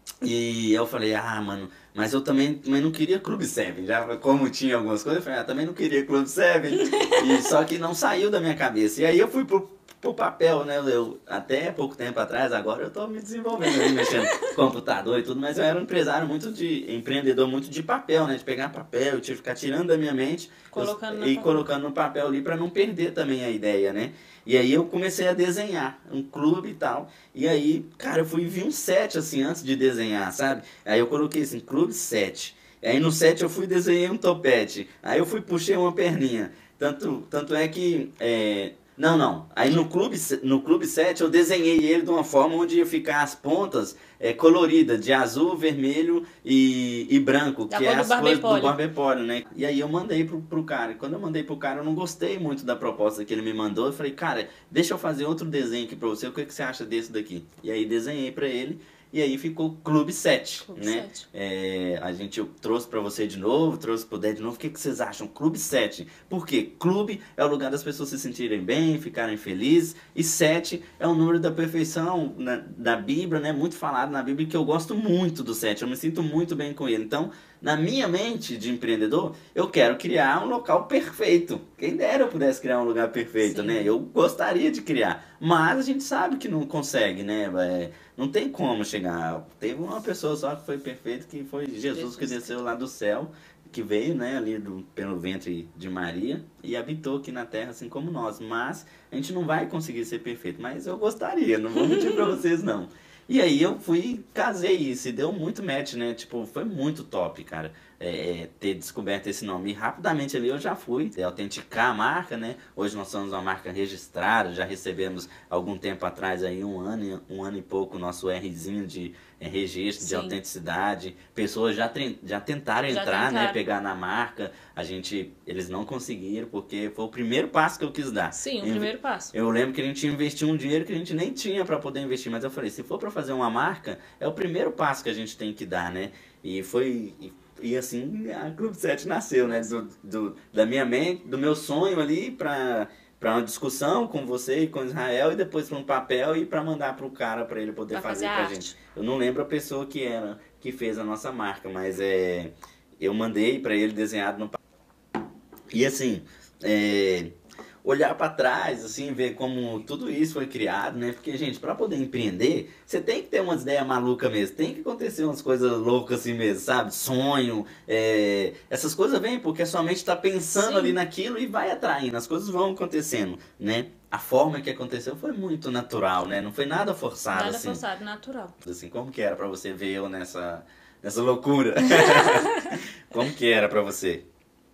E eu falei, mano, mas eu também não queria Clube 7. Já como tinha algumas coisas, eu falei, também não queria Clube 7. E só que não saiu da minha cabeça. E aí eu fui pro papel, né? Eu, até pouco tempo atrás, agora eu tô me desenvolvendo aí, mexendo com computador e tudo, mas eu era um empreendedor muito de papel, né? De pegar papel, de ficar tirando da minha mente colocando no papel ali para não perder também a ideia, né? E aí eu comecei a desenhar um clube e tal. E aí, cara, eu fui vi um 7 assim antes de desenhar, sabe? Aí eu coloquei assim, Clube 7. Aí no 7 eu fui desenhei um topete. Aí eu puxei uma perninha. Tanto é que Não. Aí no Clube 7 eu desenhei ele de uma forma onde ia ficar as pontas coloridas, de azul, vermelho e branco, que é as cores do Barbepólio, né? E aí eu mandei pro cara. E quando eu mandei pro cara, eu não gostei muito da proposta que ele me mandou. Eu falei, cara, deixa eu fazer outro desenho aqui pra você, o que você acha desse daqui? E aí desenhei pra ele. E aí ficou Clube 7, né? 7. Eu trouxe pra você de novo, trouxe pro Dé de novo. O que vocês acham? Clube 7. Por quê? Clube é o lugar das pessoas se sentirem bem, ficarem felizes. E 7 é o número da perfeição da Bíblia, né? Muito falado na Bíblia, que eu gosto muito do 7. Eu me sinto muito bem com ele. Então, na minha mente de empreendedor, eu quero criar um local perfeito. Quem dera eu pudesse criar um lugar perfeito, Sim. né? Eu gostaria de criar. Mas a gente sabe que não consegue, né? Não tem como chegar. Teve uma pessoa só que foi perfeita, que foi Jesus que desceu lá do céu, que veio, né, ali pelo ventre de Maria e habitou aqui na terra, assim como nós. Mas a gente não vai conseguir ser perfeito. Mas eu gostaria, não vou mentir pra vocês, não. E aí eu casei isso, e deu muito match, né? Tipo, foi muito top, cara, ter descoberto esse nome. E rapidamente ali eu já fui autenticar a marca, né? Hoje nós somos uma marca registrada, já recebemos algum tempo atrás aí, um ano e pouco, nosso Rzinho de registro, de autenticidade. Pessoas já tentaram entrar, né? Pegar na marca. Eles não conseguiram, porque foi o primeiro passo que eu quis dar. Sim, o primeiro passo. Eu lembro que a gente investiu um dinheiro que a gente nem tinha para poder investir, mas eu falei, se for para fazer uma marca, é o primeiro passo que a gente tem que dar, né? E assim a Clube 7 nasceu, né? Da minha mente, do meu sonho ali para uma discussão com você e com Israel, e depois para um papel e para mandar para o cara, para ele poder fazer pra gente. Eu não lembro a pessoa que fez a nossa marca, mas eu mandei para ele desenhado no papel. E assim, olhar para trás, assim, ver como tudo isso foi criado, né? Porque, gente, para poder empreender, você tem que ter umas ideias malucas mesmo, tem que acontecer umas coisas loucas assim mesmo, sabe? Sonho, essas coisas vêm porque a sua mente está pensando ali naquilo e vai atraindo, as coisas vão acontecendo, né? A forma que aconteceu foi muito natural, né? Não foi nada forçado, Nada assim. forçado, natural. Assim, como que era para você ver eu nessa loucura? Como que era para você?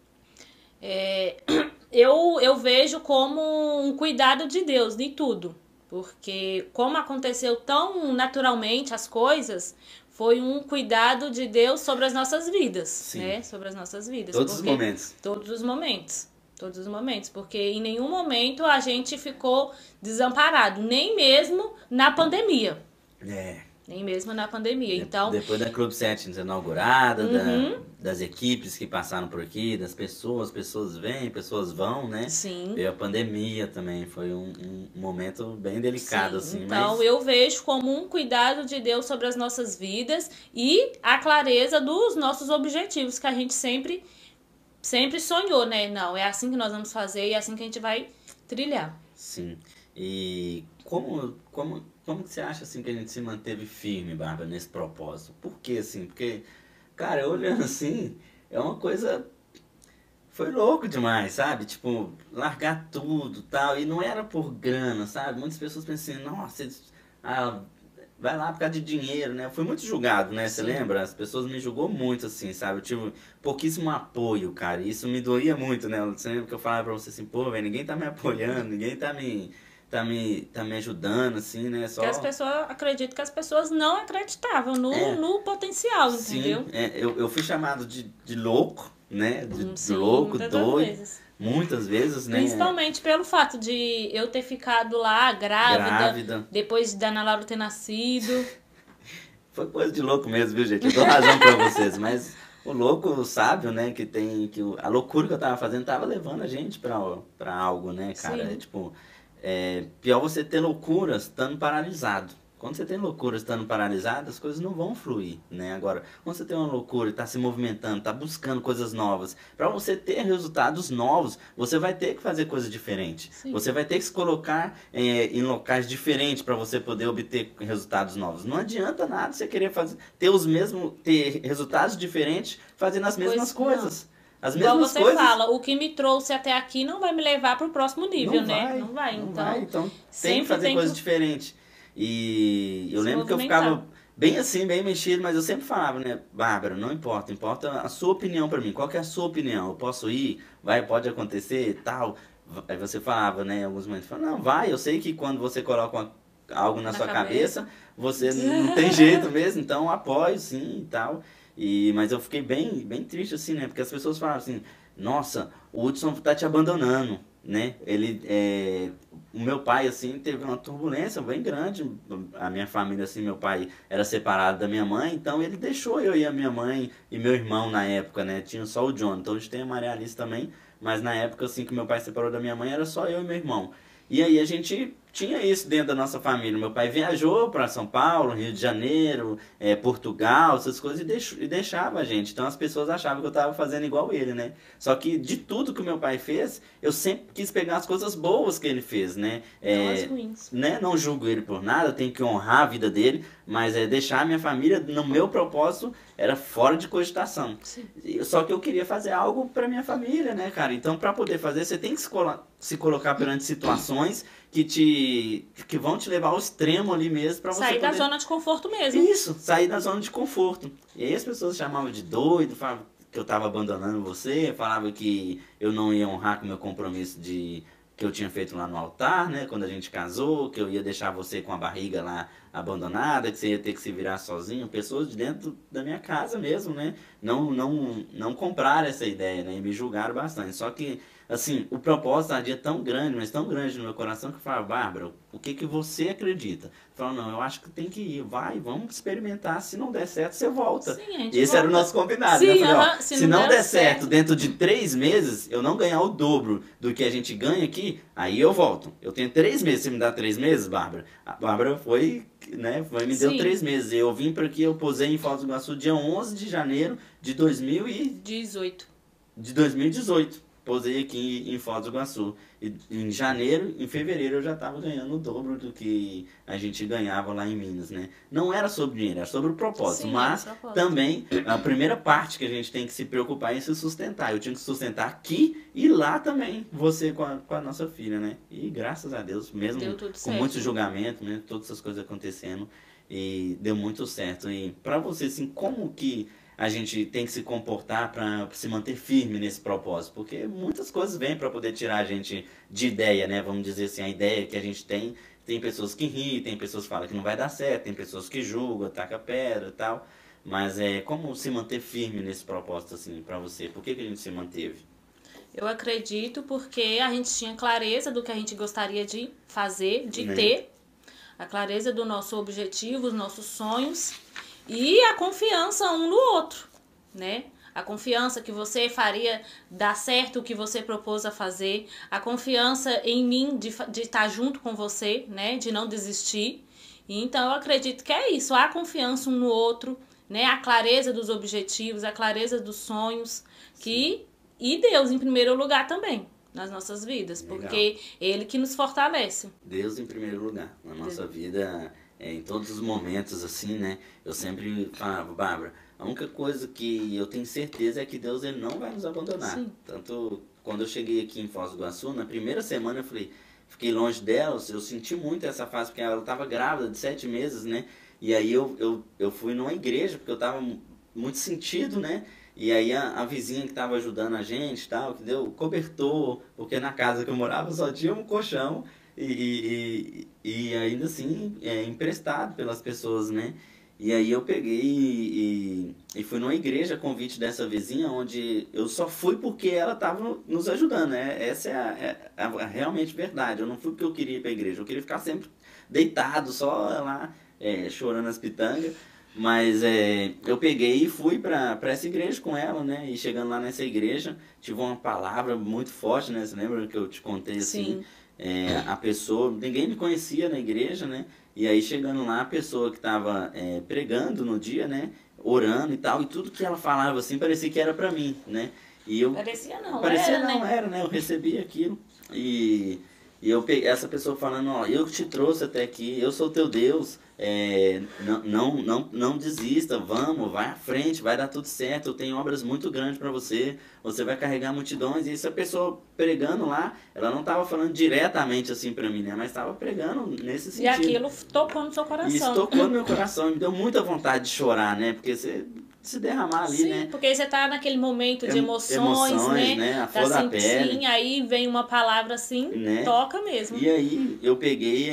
Eu vejo como um cuidado de Deus em tudo, porque como aconteceu tão naturalmente as coisas, foi um cuidado de Deus sobre as nossas vidas, né? Sobre as nossas vidas. Todos os momentos. Todos os momentos, porque em nenhum momento a gente ficou desamparado, nem mesmo na pandemia. Nem mesmo na pandemia. Então, depois da Clube 7 inaugurada, das equipes que passaram por aqui, das pessoas vêm, pessoas vão, né? Sim. Veio a pandemia também, foi um momento bem delicado, assim. Então, eu vejo como um cuidado de Deus sobre as nossas vidas e a clareza dos nossos objetivos, que a gente sempre sonhou, né? Não, é assim que nós vamos fazer e é assim que a gente vai trilhar. Sim. E como que você acha, assim, que a gente se manteve firme, Bárbara, nesse propósito? Por quê, assim? Porque, cara, olhando assim, é uma coisa... Foi louco demais, sabe? Tipo, largar tudo e tal. E não era por grana, sabe? Muitas pessoas pensam assim, nossa, vai lá por causa de dinheiro, né? Eu fui muito julgado, né? Você lembra? As pessoas me julgou muito, assim, sabe? Eu tive pouquíssimo apoio, cara. E isso me doía muito, né? Você lembra que eu falava pra você assim, pô, velho, ninguém tá me apoiando, ninguém tá me ajudando, assim, né? Porque as pessoas, acredito que as pessoas não acreditavam no potencial, entendeu? Sim, eu fui chamado de louco, né? De louco, doido. muitas vezes, né? Principalmente pelo fato de eu ter ficado lá grávida. Depois da Ana Laura ter nascido. Foi coisa de louco mesmo, viu, gente? Eu dou razão pra vocês, mas o louco, o sábio, né, a loucura que eu tava fazendo tava levando a gente pra algo, né, cara? Sim. É tipo, pior você ter loucura estando paralisado. Quando você tem loucura estando paralisado, as coisas não vão fluir, né? Agora, quando você tem uma loucura e está se movimentando, está buscando coisas novas, para você ter resultados novos, você vai ter que fazer coisas diferentes. Sim. Você vai ter que se colocar em locais diferentes para você poder obter resultados novos. Não adianta nada você querer ter resultados diferentes fazendo as mesmas coisas. As Igual mesmas você coisas. fala, o que me trouxe até aqui não vai me levar para o próximo nível, né? Não vai. Então tem que fazer coisas diferentes. E eu lembro que eu ficava bem assim, bem mexido, mas eu sempre falava, né, Bárbara, não importa, importa a sua opinião pra mim. Qual que é a sua opinião? Eu posso ir? Pode acontecer, tal. Aí você falava, né, em alguns momentos, não, vai, eu sei que quando você coloca algo na sua cabeça, você não tem jeito mesmo, então apoio sim e tal. Mas eu fiquei bem triste assim, né, porque as pessoas falavam assim, nossa, o Hudson tá te abandonando, né? O meu pai, assim, teve uma turbulência bem grande. A minha família, assim, meu pai era separado da minha mãe, então ele deixou eu e a minha mãe e meu irmão na época, né? Tinha só o John, então hoje tem a Maria Alice também, mas na época, assim, que meu pai separou da minha mãe, era só eu e meu irmão. E aí a gente tinha isso dentro da nossa família. Meu pai viajou para São Paulo, Rio de Janeiro, Portugal, essas coisas, e deixava a gente. Então as pessoas achavam que eu estava fazendo igual ele, né? Só que de tudo que o meu pai fez, eu sempre quis pegar as coisas boas que ele fez, né? Não as ruins. Né? Não julgo ele por nada, eu tenho que honrar a vida dele, mas deixar a minha família, no meu propósito, era fora de cogitação. Sim. Só que eu queria fazer algo para minha família, né, cara? Então, para poder fazer, você tem que se colocar perante situações que vão te levar ao extremo ali mesmo para você sair poder... da zona de conforto mesmo. Isso, sair da zona de conforto. E aí as pessoas chamavam de doido, falavam que eu tava abandonando você, falavam que eu não ia honrar com o meu compromisso que eu tinha feito lá no altar, né, quando a gente casou, que eu ia deixar você com a barriga lá abandonada, que você ia ter que se virar sozinho. Pessoas de dentro da minha casa mesmo, né, não compraram essa ideia, né, e me julgaram bastante. Só que, assim, o propósito é tão grande, mas tão grande no meu coração, que eu falo, Bárbara, o que você acredita? Eu falo, não, eu acho que tem que ir, vamos experimentar, se não der certo, você volta. Sim, a gente Esse volta. era o nosso combinado, Sim, né? Eu falei, se não der certo dentro de 3 meses, eu não ganhar o dobro do que a gente ganha aqui, aí eu volto. Eu tenho 3 meses, você me dá 3 meses, Bárbara? A Bárbara me deu 3 meses. Eu vim para aqui, eu posei em Foz do Iguaçu dia 11 de janeiro de 2018. De 2018. Posei aqui em Foz do Iguaçu. E em janeiro, em fevereiro, eu já estava ganhando o dobro do que a gente ganhava lá em Minas, né? Não era sobre dinheiro, era sobre o propósito. Sim, mas também, a primeira parte que a gente tem que se preocupar é se sustentar. Eu tinha que sustentar aqui e lá também, você com a nossa filha, né? E graças a Deus, mesmo com muito julgamento, né? Todas essas coisas acontecendo, e deu muito certo. E para você, assim, como que a gente tem que se comportar para se manter firme nesse propósito? Porque muitas coisas vêm para poder tirar a gente de ideia, né? Vamos dizer assim, a ideia que a gente tem pessoas que riem, tem pessoas que falam que não vai dar certo, tem pessoas que julgam, taca pedra e tal. Mas como se manter firme nesse propósito, assim, para você? Por que a gente se manteve? Eu acredito porque a gente tinha clareza do que a gente gostaria de fazer, de ter, a clareza do nosso objetivo, os nossos sonhos, e a confiança um no outro, né? A confiança que você faria dar certo o que você propôs a fazer, a confiança em mim de estar junto com você, né? De não desistir. E então eu acredito que é isso, a confiança um no outro, né? A clareza dos objetivos, a clareza dos sonhos, e Deus em primeiro lugar também nas nossas vidas, porque Ele que nos fortalece. Deus em primeiro lugar na nossa vida. Em todos os momentos, assim, né? Eu sempre falava, Bárbara, a única coisa que eu tenho certeza é que Deus, ele não vai nos abandonar. Sim. Tanto quando eu cheguei aqui em Foz do Iguaçu, na primeira semana fiquei longe dela, eu senti muito essa fase, porque ela estava grávida de 7 meses, né? E aí eu fui numa igreja, porque eu estava muito sentido, né? E aí a vizinha que estava ajudando a gente, tal, que deu cobertor, porque na casa que eu morava só tinha um colchão, e ainda assim emprestado pelas pessoas, né? E aí eu peguei e fui numa igreja, convite dessa vizinha, onde eu só fui porque ela estava nos ajudando, né? Essa é a realmente verdade. Eu não fui porque eu queria ir para a igreja, eu queria ficar sempre deitado, só lá, chorando as pitangas. Mas eu peguei e fui para essa igreja com ela, né? E chegando lá nessa igreja, tive uma palavra muito forte, né? Você lembra que eu te contei assim? Sim. A pessoa, ninguém me conhecia na igreja, né? E aí chegando lá, a pessoa que estava pregando no dia, né? Orando e tal, e tudo que ela falava assim parecia que era para mim, né? E eu, Parecia não, né? era, né? Eu recebi aquilo e eu peguei essa pessoa falando, ó, eu que te trouxe até aqui, eu sou teu Deus, não desista, vamos, vai à frente, vai dar tudo certo, eu tenho obras muito grandes para você, você vai carregar multidões. E essa pessoa pregando lá, ela não estava falando diretamente assim para mim, né? Mas estava pregando nesse sentido. E aquilo tocou no seu coração. Isso tocou no meu coração, me deu muita vontade de chorar, né? Porque você se derramar ali, sim, né? Porque aí você tá naquele momento de emoções, né? A flor da pele. Sim, aí vem uma palavra assim, né? Toca mesmo. E aí eu peguei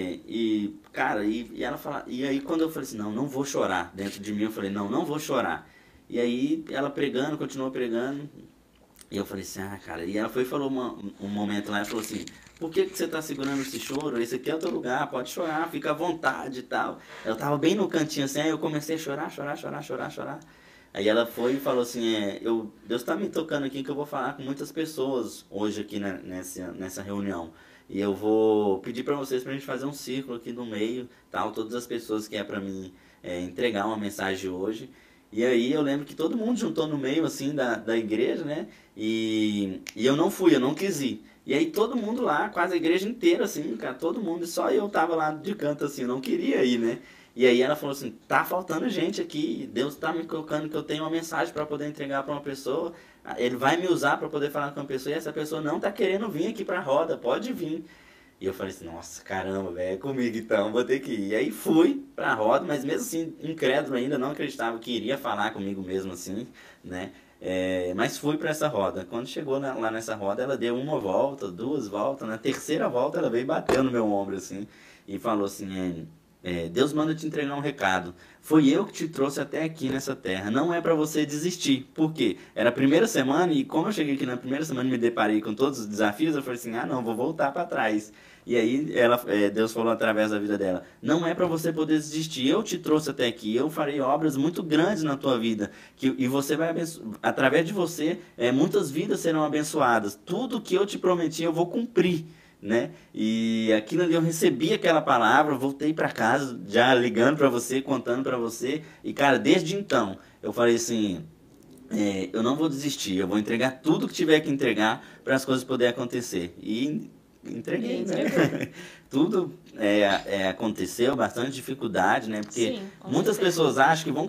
cara, e ela fala, e aí quando eu falei assim, não vou chorar, dentro de mim eu falei, não vou chorar. E aí ela pregando, continuou pregando, e eu falei assim, cara, e ela foi e falou um momento lá, ela falou assim, por que você tá segurando esse choro? Esse aqui é o teu lugar, pode chorar, fica à vontade e tal. Ela tava bem no cantinho assim, aí eu comecei a chorar. Aí ela foi e falou assim, Deus tá me tocando aqui que eu vou falar com muitas pessoas hoje aqui nessa reunião. E eu vou pedir para vocês pra gente fazer um círculo aqui no meio, tal, todas as pessoas que para mim entregar uma mensagem hoje. E aí eu lembro que todo mundo juntou no meio assim da igreja, né? E eu não fui, eu não quis ir. E aí todo mundo lá, quase a igreja inteira assim, cara, todo mundo, só eu tava lá de canto assim, eu não queria ir, né? E aí ela falou assim, tá faltando gente aqui, Deus tá me colocando que eu tenho uma mensagem para poder entregar para uma pessoa, Ele vai me usar para poder falar com uma pessoa, e essa pessoa não tá querendo vir aqui pra roda, pode vir. E eu falei assim, nossa, caramba, velho, é comigo então, vou ter que ir. E aí fui pra roda, mas mesmo assim, incrédulo ainda, não acreditava que iria falar comigo mesmo assim, né? Mas fui para essa roda. Quando chegou lá nessa roda, ela deu uma volta, duas voltas, na terceira volta ela veio batendo no meu ombro assim, e falou assim, Deus manda te entregar um recado. Foi eu que te trouxe até aqui nessa terra. Não é para você desistir. Por quê? Era a primeira semana e como eu cheguei aqui na primeira semana e me deparei com todos os desafios, eu falei assim, não, vou voltar para trás. E aí Deus falou através da vida dela, não é para você poder desistir. Eu te trouxe até aqui. Eu farei obras muito grandes na tua vida. E você vai através de você, muitas vidas serão abençoadas. Tudo que eu te prometi eu vou cumprir. Né? E aquilo ali eu recebi aquela palavra, voltei para casa já ligando para você, contando para você, e cara, desde então eu falei assim, eu não vou desistir, eu vou entregar tudo que tiver que entregar para as coisas poderem acontecer. E entreguei, né? Tudo aconteceu, bastante dificuldade, né? Porque sim, muitas pessoas acham que vão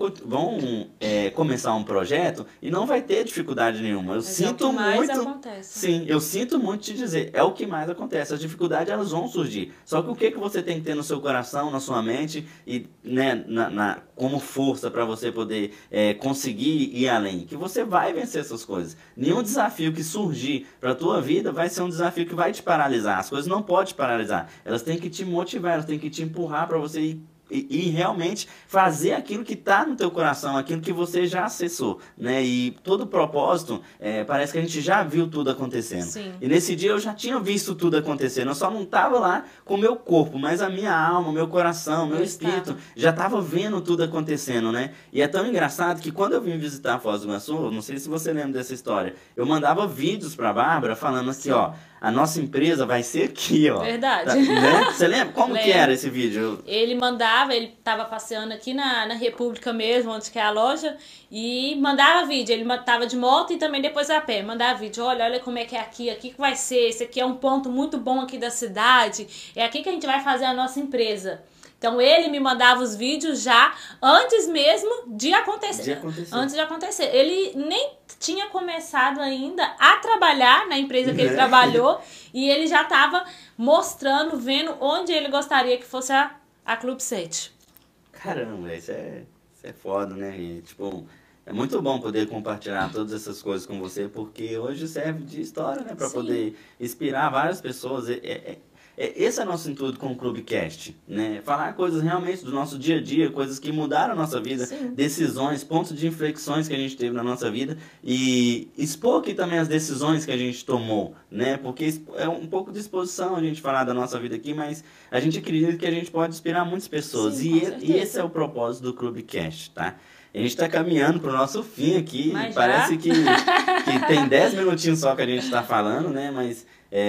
começar um projeto e não vai ter dificuldade nenhuma. Eu sinto muito. Acontece. Sim, eu sinto muito te dizer, é o que mais acontece. As dificuldades elas vão surgir. Só que o que você tem que ter no seu coração, na sua mente e né, como força para você poder conseguir ir além? Que você vai vencer essas coisas. Nenhum desafio que surgir para a tua vida vai ser um desafio que vai te paralisar. As coisas não podem te paralisar. Elas têm que te motivar, elas têm que te empurrar para você ir e realmente fazer aquilo que está no teu coração, aquilo que você já acessou, né? E todo o propósito, parece que a gente já viu tudo acontecendo. Sim. E nesse dia eu já tinha visto tudo acontecendo, eu só não estava lá com o meu corpo, mas a minha alma, o meu coração, o meu espírito já estava vendo tudo acontecendo, né? E é tão engraçado que quando eu vim visitar Foz do Iguaçu, não sei se você lembra dessa história, eu mandava vídeos para a Bárbara falando assim, ó, a nossa empresa vai ser aqui, ó. Verdade. Tá, né? Você lembra? Como que era esse vídeo? Ele tava passeando aqui na República mesmo, onde que é a loja, e mandava vídeo. Ele tava de moto e também depois a pé. Mandava vídeo, olha como é que é aqui que vai ser. Esse aqui é um ponto muito bom aqui da cidade. É aqui que a gente vai fazer a nossa empresa. Então ele me mandava os vídeos já antes mesmo de acontecer. Antes de acontecer. Ele nem tinha começado ainda a trabalhar na empresa que ele trabalhou e ele já estava mostrando, vendo onde ele gostaria que fosse a Clube 7. Caramba, isso é foda, né? E, tipo, é muito bom poder compartilhar todas essas coisas com você, porque hoje serve de história, né? Pra poder inspirar várias pessoas. esse é nosso intuito com o Clubecast, né? Falar coisas realmente do nosso dia a dia, coisas que mudaram a nossa vida, Sim. decisões, pontos de inflexões que a gente teve na nossa vida e expor aqui também as decisões que a gente tomou, né? Porque é um pouco de exposição a gente falar da nossa vida aqui, mas a gente acredita que a gente pode inspirar muitas pessoas. Sim, E esse é o propósito do Clubecast, tá? A gente está caminhando para o nosso fim aqui. Mas parece que tem 10 minutinhos só que a gente está falando, né? Mas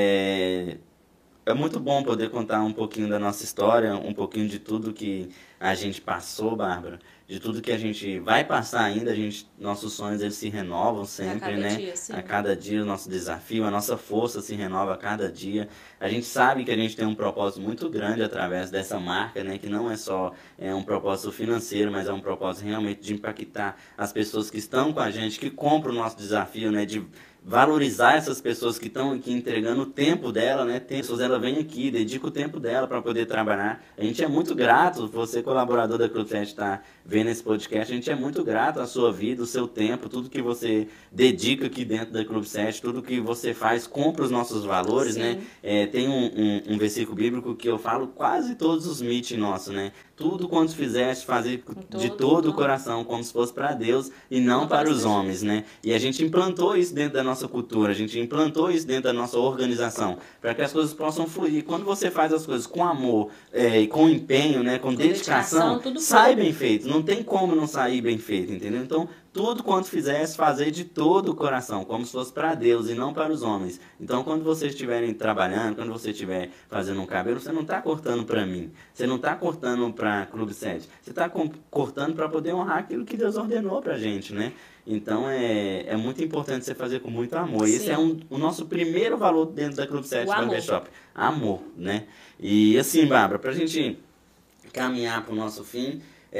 é muito bom poder contar um pouquinho da nossa história, um pouquinho de tudo que a gente passou, Bárbara, de tudo que a gente vai passar ainda. Nossos sonhos eles se renovam sempre, né? Dia, sim. A cada dia o nosso desafio, a nossa força se renova a cada dia. A gente sabe que a gente tem um propósito muito grande através dessa marca, né? Que não é só um propósito financeiro, mas é um propósito realmente de impactar as pessoas que estão com a gente, que compram o nosso desafio, né? De valorizar essas pessoas que estão aqui entregando o tempo dela, né? Ela vem aqui, dedica o tempo dela para poder trabalhar. A gente é muito grato, você colaborador da Clubecast está vendo esse podcast, a gente é muito grato à sua vida, o seu tempo, tudo que você dedica aqui dentro da Clubecast, tudo que você faz, compra os nossos valores, Sim. né? Tem um versículo bíblico que eu falo quase todos os meetings nossos, né? Tudo quanto fizeste, fazer de todo o coração, como se fosse para Deus e não para os homens, né? E a gente implantou isso dentro da nossa cultura, a gente implantou isso dentro da nossa organização, para que as coisas possam fluir. Quando você faz as coisas com amor, e com empenho, né? Com dedicação, sai bem feito. Não tem como não sair bem feito, entendeu? Então, tudo quanto fizesse, fazer de todo o coração, como se fosse para Deus e não para os homens. Então, quando vocês estiverem trabalhando, quando você estiver fazendo um cabelo, você não está cortando para mim, você não está cortando para Clube 7, você está cortando para poder honrar aquilo que Deus ordenou para a gente, né? Então, é muito importante você fazer com muito amor. Sim. Esse é o nosso primeiro valor dentro da Clube 7 Barbershop. Amor, né? E assim, Bárbara, para a gente caminhar para o nosso fim,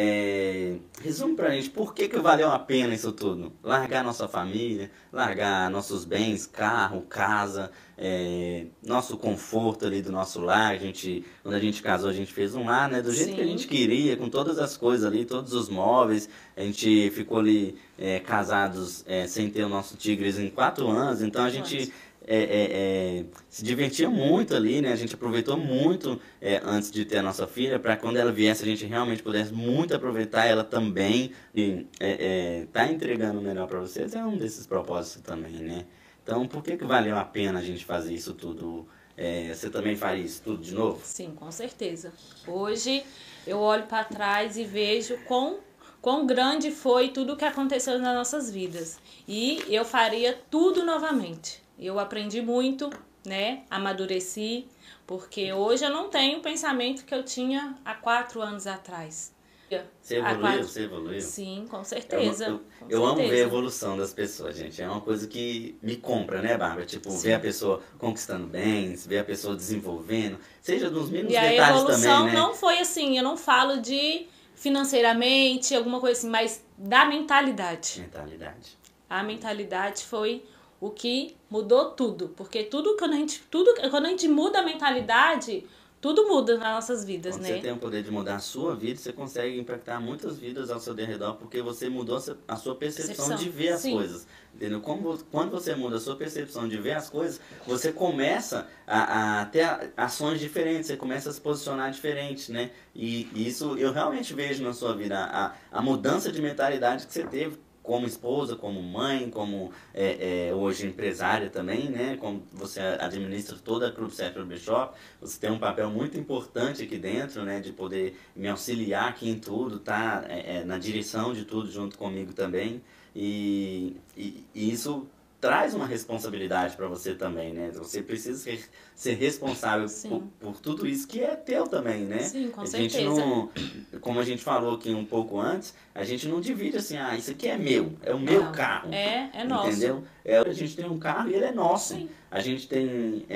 resume pra gente por que valeu a pena isso tudo. Largar nossa família, largar nossos bens, carro, casa, nosso conforto ali do nosso lar. Quando a gente casou, a gente fez um lar, né? Do jeito que a gente queria, com todas as coisas ali, todos os móveis. A gente ficou ali casados sem ter o nosso Tigres em 4 anos, então a gente se divertia muito ali, né? A gente aproveitou muito antes de ter a nossa filha, para quando ela viesse a gente realmente pudesse muito aproveitar ela também. E tá entregando o melhor para vocês é um desses propósitos também, né? Então, por que valeu a pena a gente fazer isso tudo? Você também faria isso tudo de novo? Sim, com certeza. Hoje eu olho para trás e vejo quão grande foi tudo o que aconteceu nas nossas vidas. E eu faria tudo novamente. Eu aprendi muito, né? Amadureci, porque hoje eu não tenho o pensamento que eu tinha há 4 anos atrás. Você evoluiu? Sim, com certeza. Eu amo ver a evolução das pessoas, gente. É uma coisa que me compra, né, Bárbara? Tipo, Sim. ver a pessoa conquistando bens, ver a pessoa desenvolvendo, seja nos mínimos detalhes também, né? E a evolução não foi assim, eu não falo de financeiramente, alguma coisa assim, mas da mentalidade. A mentalidade foi o que mudou tudo, porque quando a gente muda a mentalidade, tudo muda nas nossas vidas, quando né? Você tem o poder de mudar a sua vida, você consegue impactar muitas vidas ao seu redor, porque você mudou a sua percepção de ver as coisas, entendeu? Quando você muda a sua percepção de ver as coisas, você começa a ter ações diferentes, você começa a se posicionar diferente, né? E isso eu realmente vejo na sua vida, a mudança de mentalidade que você teve, como esposa, como mãe, como hoje empresária também, né? Como você administra toda a Clube 7 Barbershop, você tem um papel muito importante aqui dentro, né? De poder me auxiliar aqui em tudo, tá? Na direção de tudo junto comigo também. E isso traz uma responsabilidade para você também, né? Você precisa ser responsável por tudo isso que é teu também, né? Sim, com certeza. Como a gente falou aqui um pouco antes, a gente não divide assim, isso aqui é meu, é o meu carro. É nosso. Entendeu? A gente tem um carro e ele é nosso. Sim. A gente tem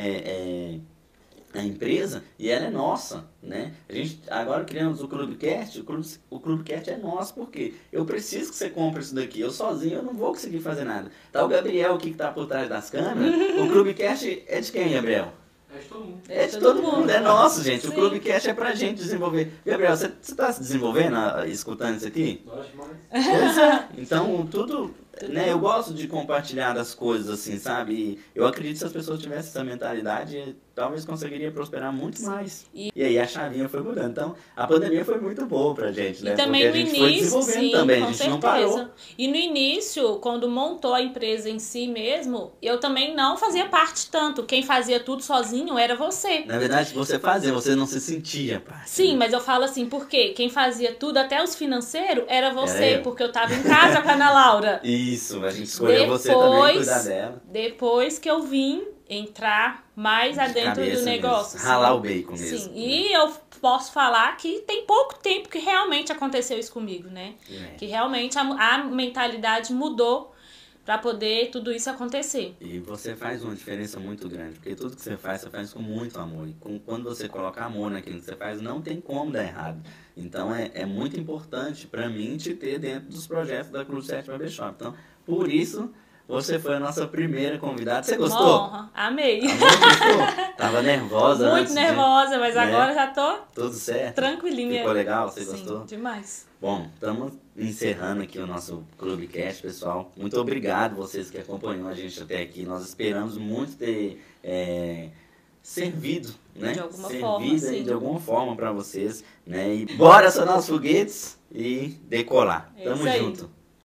a empresa e ela é nossa, né? A gente agora criamos o Clubecast, o Clubecast é nosso, porque eu preciso que você compre isso daqui, eu sozinho eu não vou conseguir fazer nada. Tá o Gabriel aqui que tá por trás das câmeras, o Clubecast é de quem, Gabriel? É de todo mundo. É de todo mundo, é nosso, gente. Sim. O Clubecast é pra gente desenvolver. Gabriel, você tá se desenvolvendo, escutando isso aqui? Gosto demais. Pois é. Então, tudo, né? Eu gosto de compartilhar das coisas, assim, sabe? E eu acredito que se as pessoas tivessem essa mentalidade, talvez conseguiria prosperar muito mais. E aí a chavinha foi mudando. Então, a pandemia foi muito boa pra gente, né? E também porque a gente no foi início, desenvolvendo sim, também, com a gente certeza. não parou. E no início, quando montou a empresa em si mesmo, eu também não fazia parte tanto. Quem fazia tudo sozinho era você. Na verdade, você fazia, você não se sentia parte. Sim, né? mas eu falo assim, porque quem fazia tudo, até os financeiros, era você, Era eu. porque eu tava em casa com a Ana Laura. Isso, a gente escolheu você também cuidar dela. Depois que eu vim entrar mais adentro do negócio. Mesmo. Ralar o bacon mesmo. Sim, e eu posso falar que tem pouco tempo que realmente aconteceu isso comigo, né? Que realmente a mentalidade mudou para poder tudo isso acontecer. E você faz uma diferença muito grande, porque tudo que você faz com muito amor. E quando você coloca amor naquilo que você faz, não tem como dar errado. Então é muito importante para mim te ter dentro dos projetos da Clube 7 Barbershop. Então, por isso, você foi a nossa primeira convidada. Você gostou? Honra, amei. Gostou? Tava nervosa Muito nervosa, mas agora já tô tudo certo. Tranquilinha. Ficou legal? Você Sim, gostou? Demais. Bom, estamos encerrando aqui o nosso Clubecast, pessoal. Muito obrigado vocês que acompanham a gente até aqui. Nós esperamos muito ter servido, né? De alguma forma, sim. De alguma forma para vocês, né? E bora acionar os foguetes e decolar. Tamo junto.